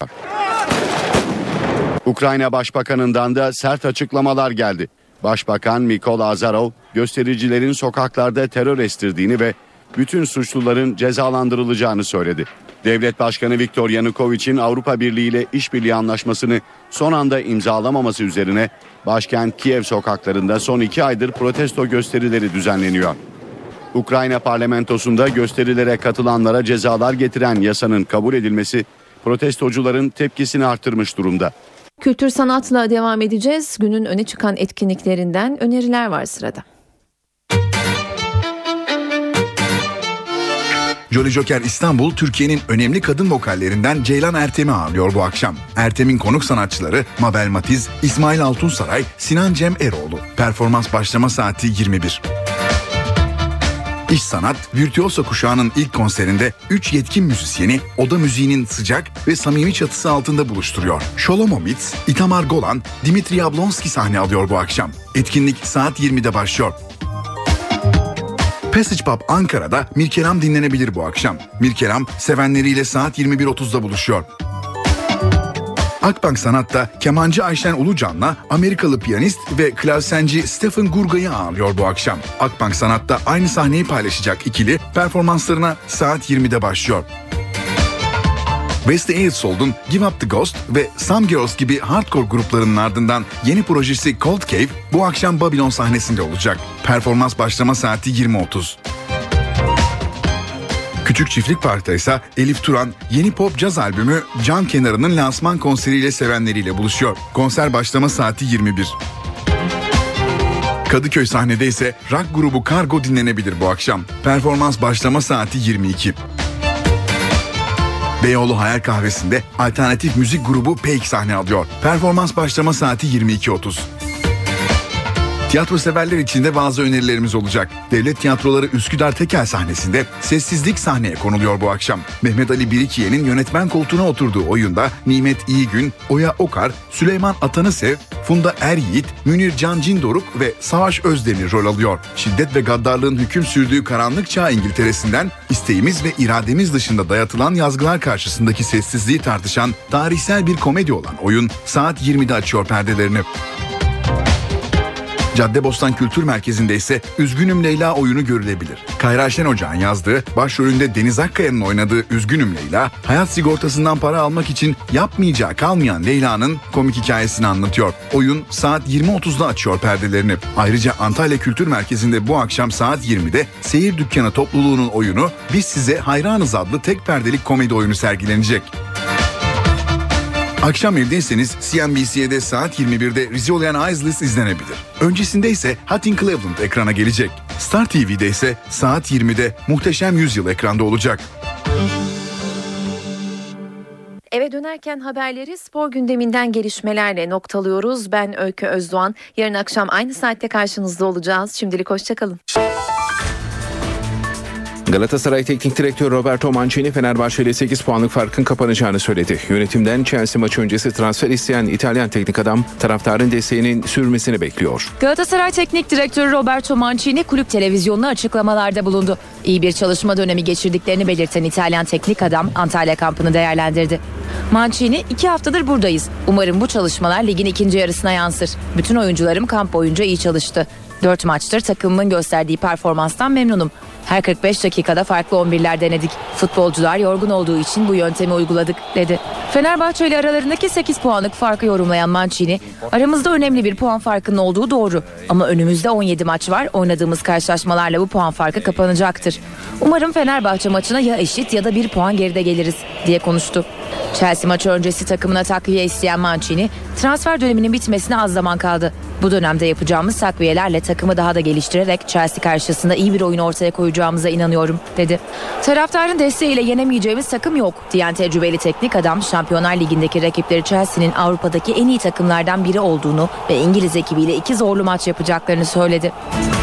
Ukrayna Başbakanı'ndan da sert açıklamalar geldi. Başbakan Mykola Azarov göstericilerin sokaklarda terör estirdiğini ve bütün suçluların cezalandırılacağını söyledi. Devlet Başkanı Viktor Yanukovych'in Avrupa Birliği ile işbirliği anlaşmasını son anda imzalamaması üzerine başkent Kiev sokaklarında son iki aydır protesto gösterileri düzenleniyor. Ukrayna parlamentosunda gösterilere katılanlara cezalar getiren yasanın kabul edilmesi protestocuların tepkisini arttırmış durumda. Kültür sanatla devam edeceğiz. Günün öne çıkan etkinliklerinden öneriler var sırada. Jolly Joker İstanbul, Türkiye'nin önemli kadın vokallerinden Ceylan Ertem'i ağırlıyor bu akşam. Ertem'in konuk sanatçıları Mabel Matiz, İsmail Altunsaray, Sinan Cem Eroğlu. Performans başlama saati yirmi bir. İş Sanat, Virtüoso kuşağının ilk konserinde üç yetkin müzisyeni oda müziğinin sıcak ve samimi çatısı altında buluşturuyor. Shlomo Mitz, Itamar Golan, Dimitri Yablonski sahne alıyor bu akşam. Etkinlik saat yirmide başlıyor. Passage Pub Ankara'da Mirkelam dinlenebilir bu akşam. Mirkelam sevenleriyle saat yirmi bir otuzda buluşuyor. Akbank Sanat'ta kemancı Ayşen Ulucan'la Amerikalı piyanist ve klavsenci Stephen Gurga'yı ağırlıyor bu akşam. Akbank Sanat'ta aynı sahneyi paylaşacak ikili performanslarına saat yirmide başlıyor. Wesley Airsold'un Give Up The Ghost ve Some Girls gibi hardcore gruplarının ardından yeni projesi Cold Cave bu akşam Babylon sahnesinde olacak. Performans başlama saati yirmi otuz. Küçük Çiftlik Park'ta ise Elif Turan yeni pop caz albümü Can Kenarı'nın lansman konseriyle sevenleriyle buluşuyor. Konser başlama saati yirmi bir. Kadıköy sahnede ise rock grubu Kargo dinlenebilir bu akşam. Performans başlama saati yirmi iki. Beyoğlu Hayal Kahvesi'nde alternatif müzik grubu Peik sahne alıyor. Performans başlama saati yirmi iki otuz. Tiyatro severler için de bazı önerilerimiz olacak. Devlet Tiyatroları Üsküdar Tekel sahnesinde Sessizlik sahneye konuluyor bu akşam. Mehmet Ali Birikiye'nin yönetmen koltuğuna oturduğu oyunda Nimet İyigün, Oya Okar, Süleyman Atanısev, Funda Eryiğit, Münir Can Cindoruk ve Savaş Özdemir rol alıyor. Şiddet ve gaddarlığın hüküm sürdüğü karanlık çağ İngiltere'sinden isteğimiz ve irademiz dışında dayatılan yazgılar karşısındaki sessizliği tartışan tarihsel bir komedi olan oyun saat yirmide açıyor perdelerini. Caddebostan Kültür Merkezi'nde ise Üzgünüm Leyla oyunu görülebilir. Kayra Şen Ocak'ın yazdığı, başrolünde Deniz Akkaya'nın oynadığı Üzgünüm Leyla, hayat sigortasından para almak için yapmayacağı kalmayan Leyla'nın komik hikayesini anlatıyor. Oyun saat yirmi otuzda açıyor perdelerini. Ayrıca Antalya Kültür Merkezi'nde bu akşam saat yirmide Seyir Dükkanı topluluğunun oyunu Biz Size Hayranız adlı tek perdelik komedi oyunu sergilenecek. Akşam evdeyseniz C N B C'de saat yirmi birde Rizzoli and Isles izlenebilir. Öncesinde ise Hot in Cleveland ekrana gelecek. Star T V'de ise saat yirmide Muhteşem Yüzyıl ekranda olacak. Eve dönerken haberleri spor gündeminden gelişmelerle noktalıyoruz. Ben Öykü Özdoğan. Yarın akşam aynı saatte karşınızda olacağız. Şimdilik hoşçakalın. Galatasaray Teknik Direktörü Roberto Mancini Fenerbahçe ile sekiz puanlık farkın kapanacağını söyledi. Yönetimden Chelsea maçı öncesi transfer isteyen İtalyan teknik adam taraftarın desteğinin sürmesini bekliyor. Galatasaray Teknik Direktörü Roberto Mancini kulüp televizyonuna açıklamalarda bulundu. İyi bir çalışma dönemi geçirdiklerini belirten İtalyan teknik adam Antalya kampını değerlendirdi. Mancini iki haftadır buradayız. Umarım bu çalışmalar ligin ikinci yarısına yansır. Bütün oyuncularım kamp boyunca iyi çalıştı. dört maçtır takımımın gösterdiği performanstan memnunum. Her kırk beş dakikada farklı on birler denedik. Futbolcular yorgun olduğu için bu yöntemi uyguladık dedi. Fenerbahçe ile aralarındaki sekiz puanlık farkı yorumlayan Mancini, aramızda önemli bir puan farkının olduğu doğru. Ama önümüzde on yedi maç var. Oynadığımız karşılaşmalarla bu puan farkı kapanacaktır. Umarım Fenerbahçe maçına ya eşit ya da bir puan geride geliriz diye konuştu. Chelsea maçı öncesi takımına takviye isteyen Mancini, transfer döneminin bitmesine az zaman kaldı. Bu dönemde yapacağımız takviyelerle takımı daha da geliştirerek Chelsea karşısında iyi bir oyun ortaya koyacağımıza inanıyorum dedi. Taraftarın desteğiyle yenemeyeceğimiz takım yok diyen tecrübeli teknik adam Şampiyonlar Ligi'ndeki rakipleri Chelsea'nin Avrupa'daki en iyi takımlardan biri olduğunu ve İngiliz ekibiyle iki zorlu maç yapacaklarını söyledi.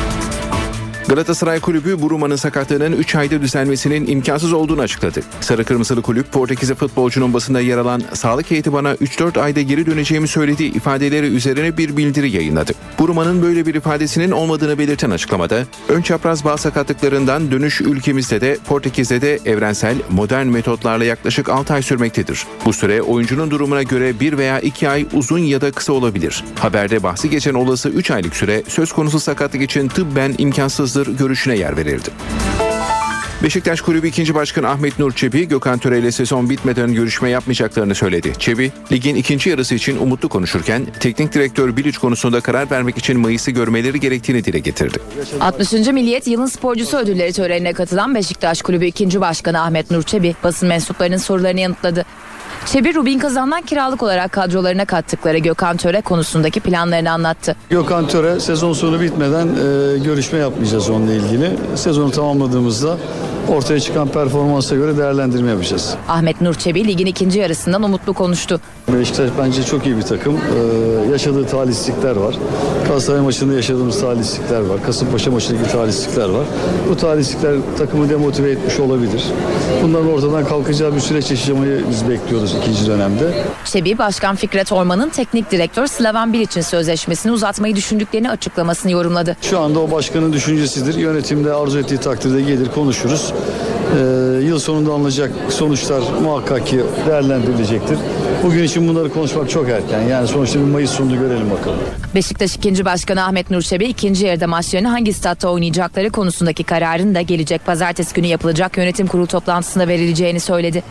Galatasaray Kulübü Buruma'nın sakatlığının üç ayda düzelmesinin imkansız olduğunu açıkladı. Sarı Kırmızılı Kulüp Portekizli futbolcunun basında yer alan sağlık heyeti bana üç dört ayda geri döneceğimi söylediği ifadeleri üzerine bir bildiri yayınladı. Buruma'nın böyle bir ifadesinin olmadığını belirten açıklamada ön çapraz bağ sakatlıklarından dönüş ülkemizde de Portekiz'de de evrensel modern metotlarla yaklaşık altı ay sürmektedir. Bu süre oyuncunun durumuna göre bir veya iki ay uzun ya da kısa olabilir. Haberde bahsi geçen olası üç aylık süre söz konusu sakatlık için tıbben imkansızdır görüşüne yer verildi. Beşiktaş Kulübü ikinci Başkanı Ahmet Nur Çebi, Gökhan Töre ile sezon bitmeden görüşme yapmayacaklarını söyledi. Çebi, ligin ikinci yarısı için umutlu konuşurken, teknik direktör Bilic konusunda karar vermek için Mayıs'ı görmeleri gerektiğini dile getirdi. altmışıncı Milliyet Yılın Sporcusu ödülleri törenine katılan Beşiktaş Kulübü ikinci Başkanı Ahmet Nur Çebi, basın mensuplarının sorularını yanıtladı. Çebi, Rubin Kazan'dan kiralık olarak kadrolarına kattıkları Gökhan Töre konusundaki planlarını anlattı. Gökhan Töre sezon sonu bitmeden e, görüşme yapmayacağız onunla ilgili. Sezonu tamamladığımızda ortaya çıkan performansa göre değerlendirme yapacağız. Ahmet Nur Çebi ligin ikinci yarısından umutlu konuştu. Beşiktaş bence çok iyi bir takım. Ee, yaşadığı talihsizlikler var. Galatasaray maçında yaşadığımız talihsizlikler var. Kasımpaşa maçındaki talihsizlikler var. Bu talihsizlikler takımı demotive etmiş olabilir. Bunların ortadan kalkacağı bir süreç yaşamayı biz bekliyoruz ikinci dönemde. Çebi, Başkan Fikret Orman'ın teknik direktör Slaven Bilic'in sözleşmesini uzatmayı düşündüklerini açıklamasını yorumladı. Şu anda o başkanın düşüncesidir. Yönetimde arzu ettiği takdirde gelir konuşuruz. Ee, yıl sonunda alınacak sonuçlar muhakkak ki değerlendirilecektir. Bugün için bunları konuşmak çok erken. Yani sonuçta bir Mayıs sonunda görelim bakalım. Beşiktaş ikinci Başkanı Ahmet Nur Çebi ikinci yarıda maçlarını hangi statta oynayacakları konusundaki kararın da gelecek pazartesi günü yapılacak yönetim kurulu toplantısında verileceğini söyledi.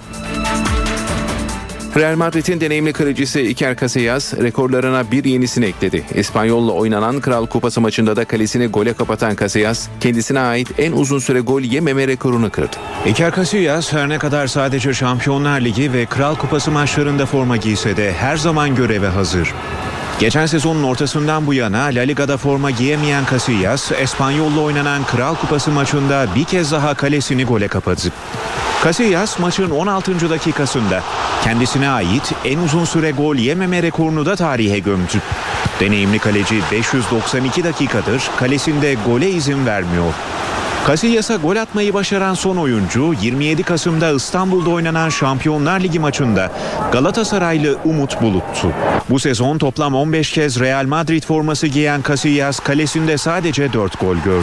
Real Madrid'in deneyimli kalecisi Iker Casillas rekorlarına bir yenisini ekledi. İspanyol'la oynanan Kral Kupası maçında da kalesini gole kapatan Casillas, kendisine ait en uzun süre gol yememe rekorunu kırdı. Iker Casillas her ne kadar sadece Şampiyonlar Ligi ve Kral Kupası maçlarında forma giyse de her zaman göreve hazır. Geçen sezonun ortasından bu yana La Liga'da forma giyemeyen Casillas, Espanyol'la oynanan Kral Kupası maçında bir kez daha kalesini gole kapadı. Casillas maçın on altıncı dakikasında kendisine ait en uzun süre gol yememe rekorunu da tarihe gömdü. Deneyimli kaleci beş yüz doksan iki dakikadır kalesinde gole izin vermiyor. Casillas'a gol atmayı başaran son oyuncu yirmi yedi Kasım'da İstanbul'da oynanan Şampiyonlar Ligi maçında Galatasaraylı Umut Bulut'tu. Bu sezon toplam on beş kez Real Madrid forması giyen Casillas kalesinde sadece dört gol gördü.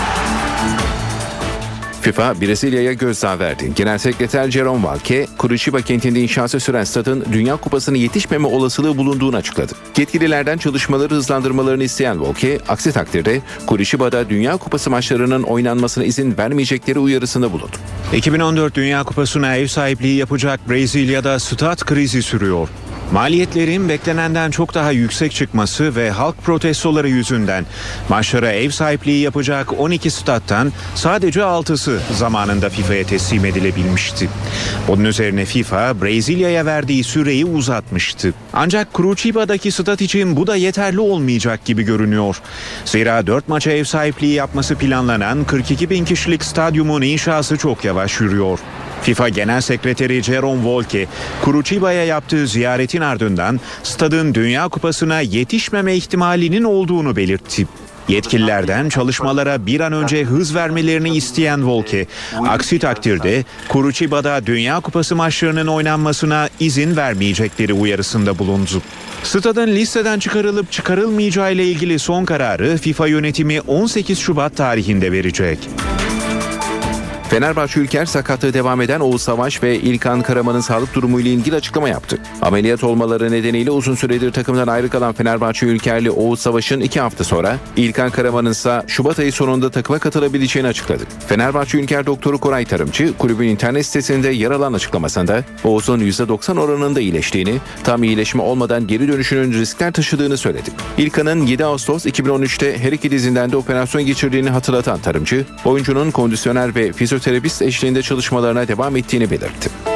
FIFA Brezilya'ya gözdağı verdi. Genel Sekreter Jerome Valcke, Curitiba kentinde inşası süren stadın Dünya Kupası'na yetişmeme olasılığı bulunduğunu açıkladı. Yetkililerden çalışmaları hızlandırmalarını isteyen Valcke, aksi takdirde Curitiba'da Dünya Kupası maçlarının oynanmasına izin vermeyecekleri uyarısında bulundu. iki bin on dört Dünya Kupası'na ev sahipliği yapacak Brezilya'da stat krizi sürüyor. Maliyetlerin beklenenden çok daha yüksek çıkması ve halk protestoları yüzünden maçlara ev sahipliği yapacak on iki stat'tan sadece altısı zamanında FIFA'ya teslim edilebilmişti. Bunun üzerine FIFA Brezilya'ya verdiği süreyi uzatmıştı. Ancak Curitiba'daki stat için bu da yeterli olmayacak gibi görünüyor. Zira dört maça ev sahipliği yapması planlanan kırk iki bin kişilik stadyumun inşası çok yavaş yürüyor. FIFA Genel Sekreteri Jerome Valcke, Curitiba'ya yaptığı ziyaretin ardından stadın Dünya Kupası'na yetişmeme ihtimalinin olduğunu belirtti. Yetkililerden çalışmalara bir an önce hız vermelerini isteyen Valcke, aksi takdirde Curitiba'da Dünya Kupası maçlarının oynanmasına izin vermeyecekleri uyarısında bulundu. Stadın listeden çıkarılıp çıkarılmayacağı ile ilgili son kararı FIFA yönetimi on sekiz Şubat tarihinde verecek. Fenerbahçe Ülker sakatlığı devam eden Oğuz Savaş ve İlkan Karaman'ın sağlık durumuyla ilgili açıklama yaptı. Ameliyat olmaları nedeniyle uzun süredir takımdan ayrı kalan Fenerbahçe Ülkerli Oğuz Savaş'ın iki hafta sonra İlkan Karaman'ın ise Şubat ayı sonunda takıma katılabileceğini açıkladı. Fenerbahçe Ülker doktoru Koray Tarımcı kulübün internet sitesinde yer alan açıklamasında Oğuz'un yüzde doksan oranında iyileştiğini, tam iyileşme olmadan geri dönüşünün riskler taşıdığını söyledi. İlkan'ın yedi Ağustos iki bin on üçte her iki dizinden de operasyon geçirdiğini hatırlatan Tarımcı, oyuncunun kondisyoner ve fizyoterapist eşliğinde çalışmalarına devam ettiğini belirtti.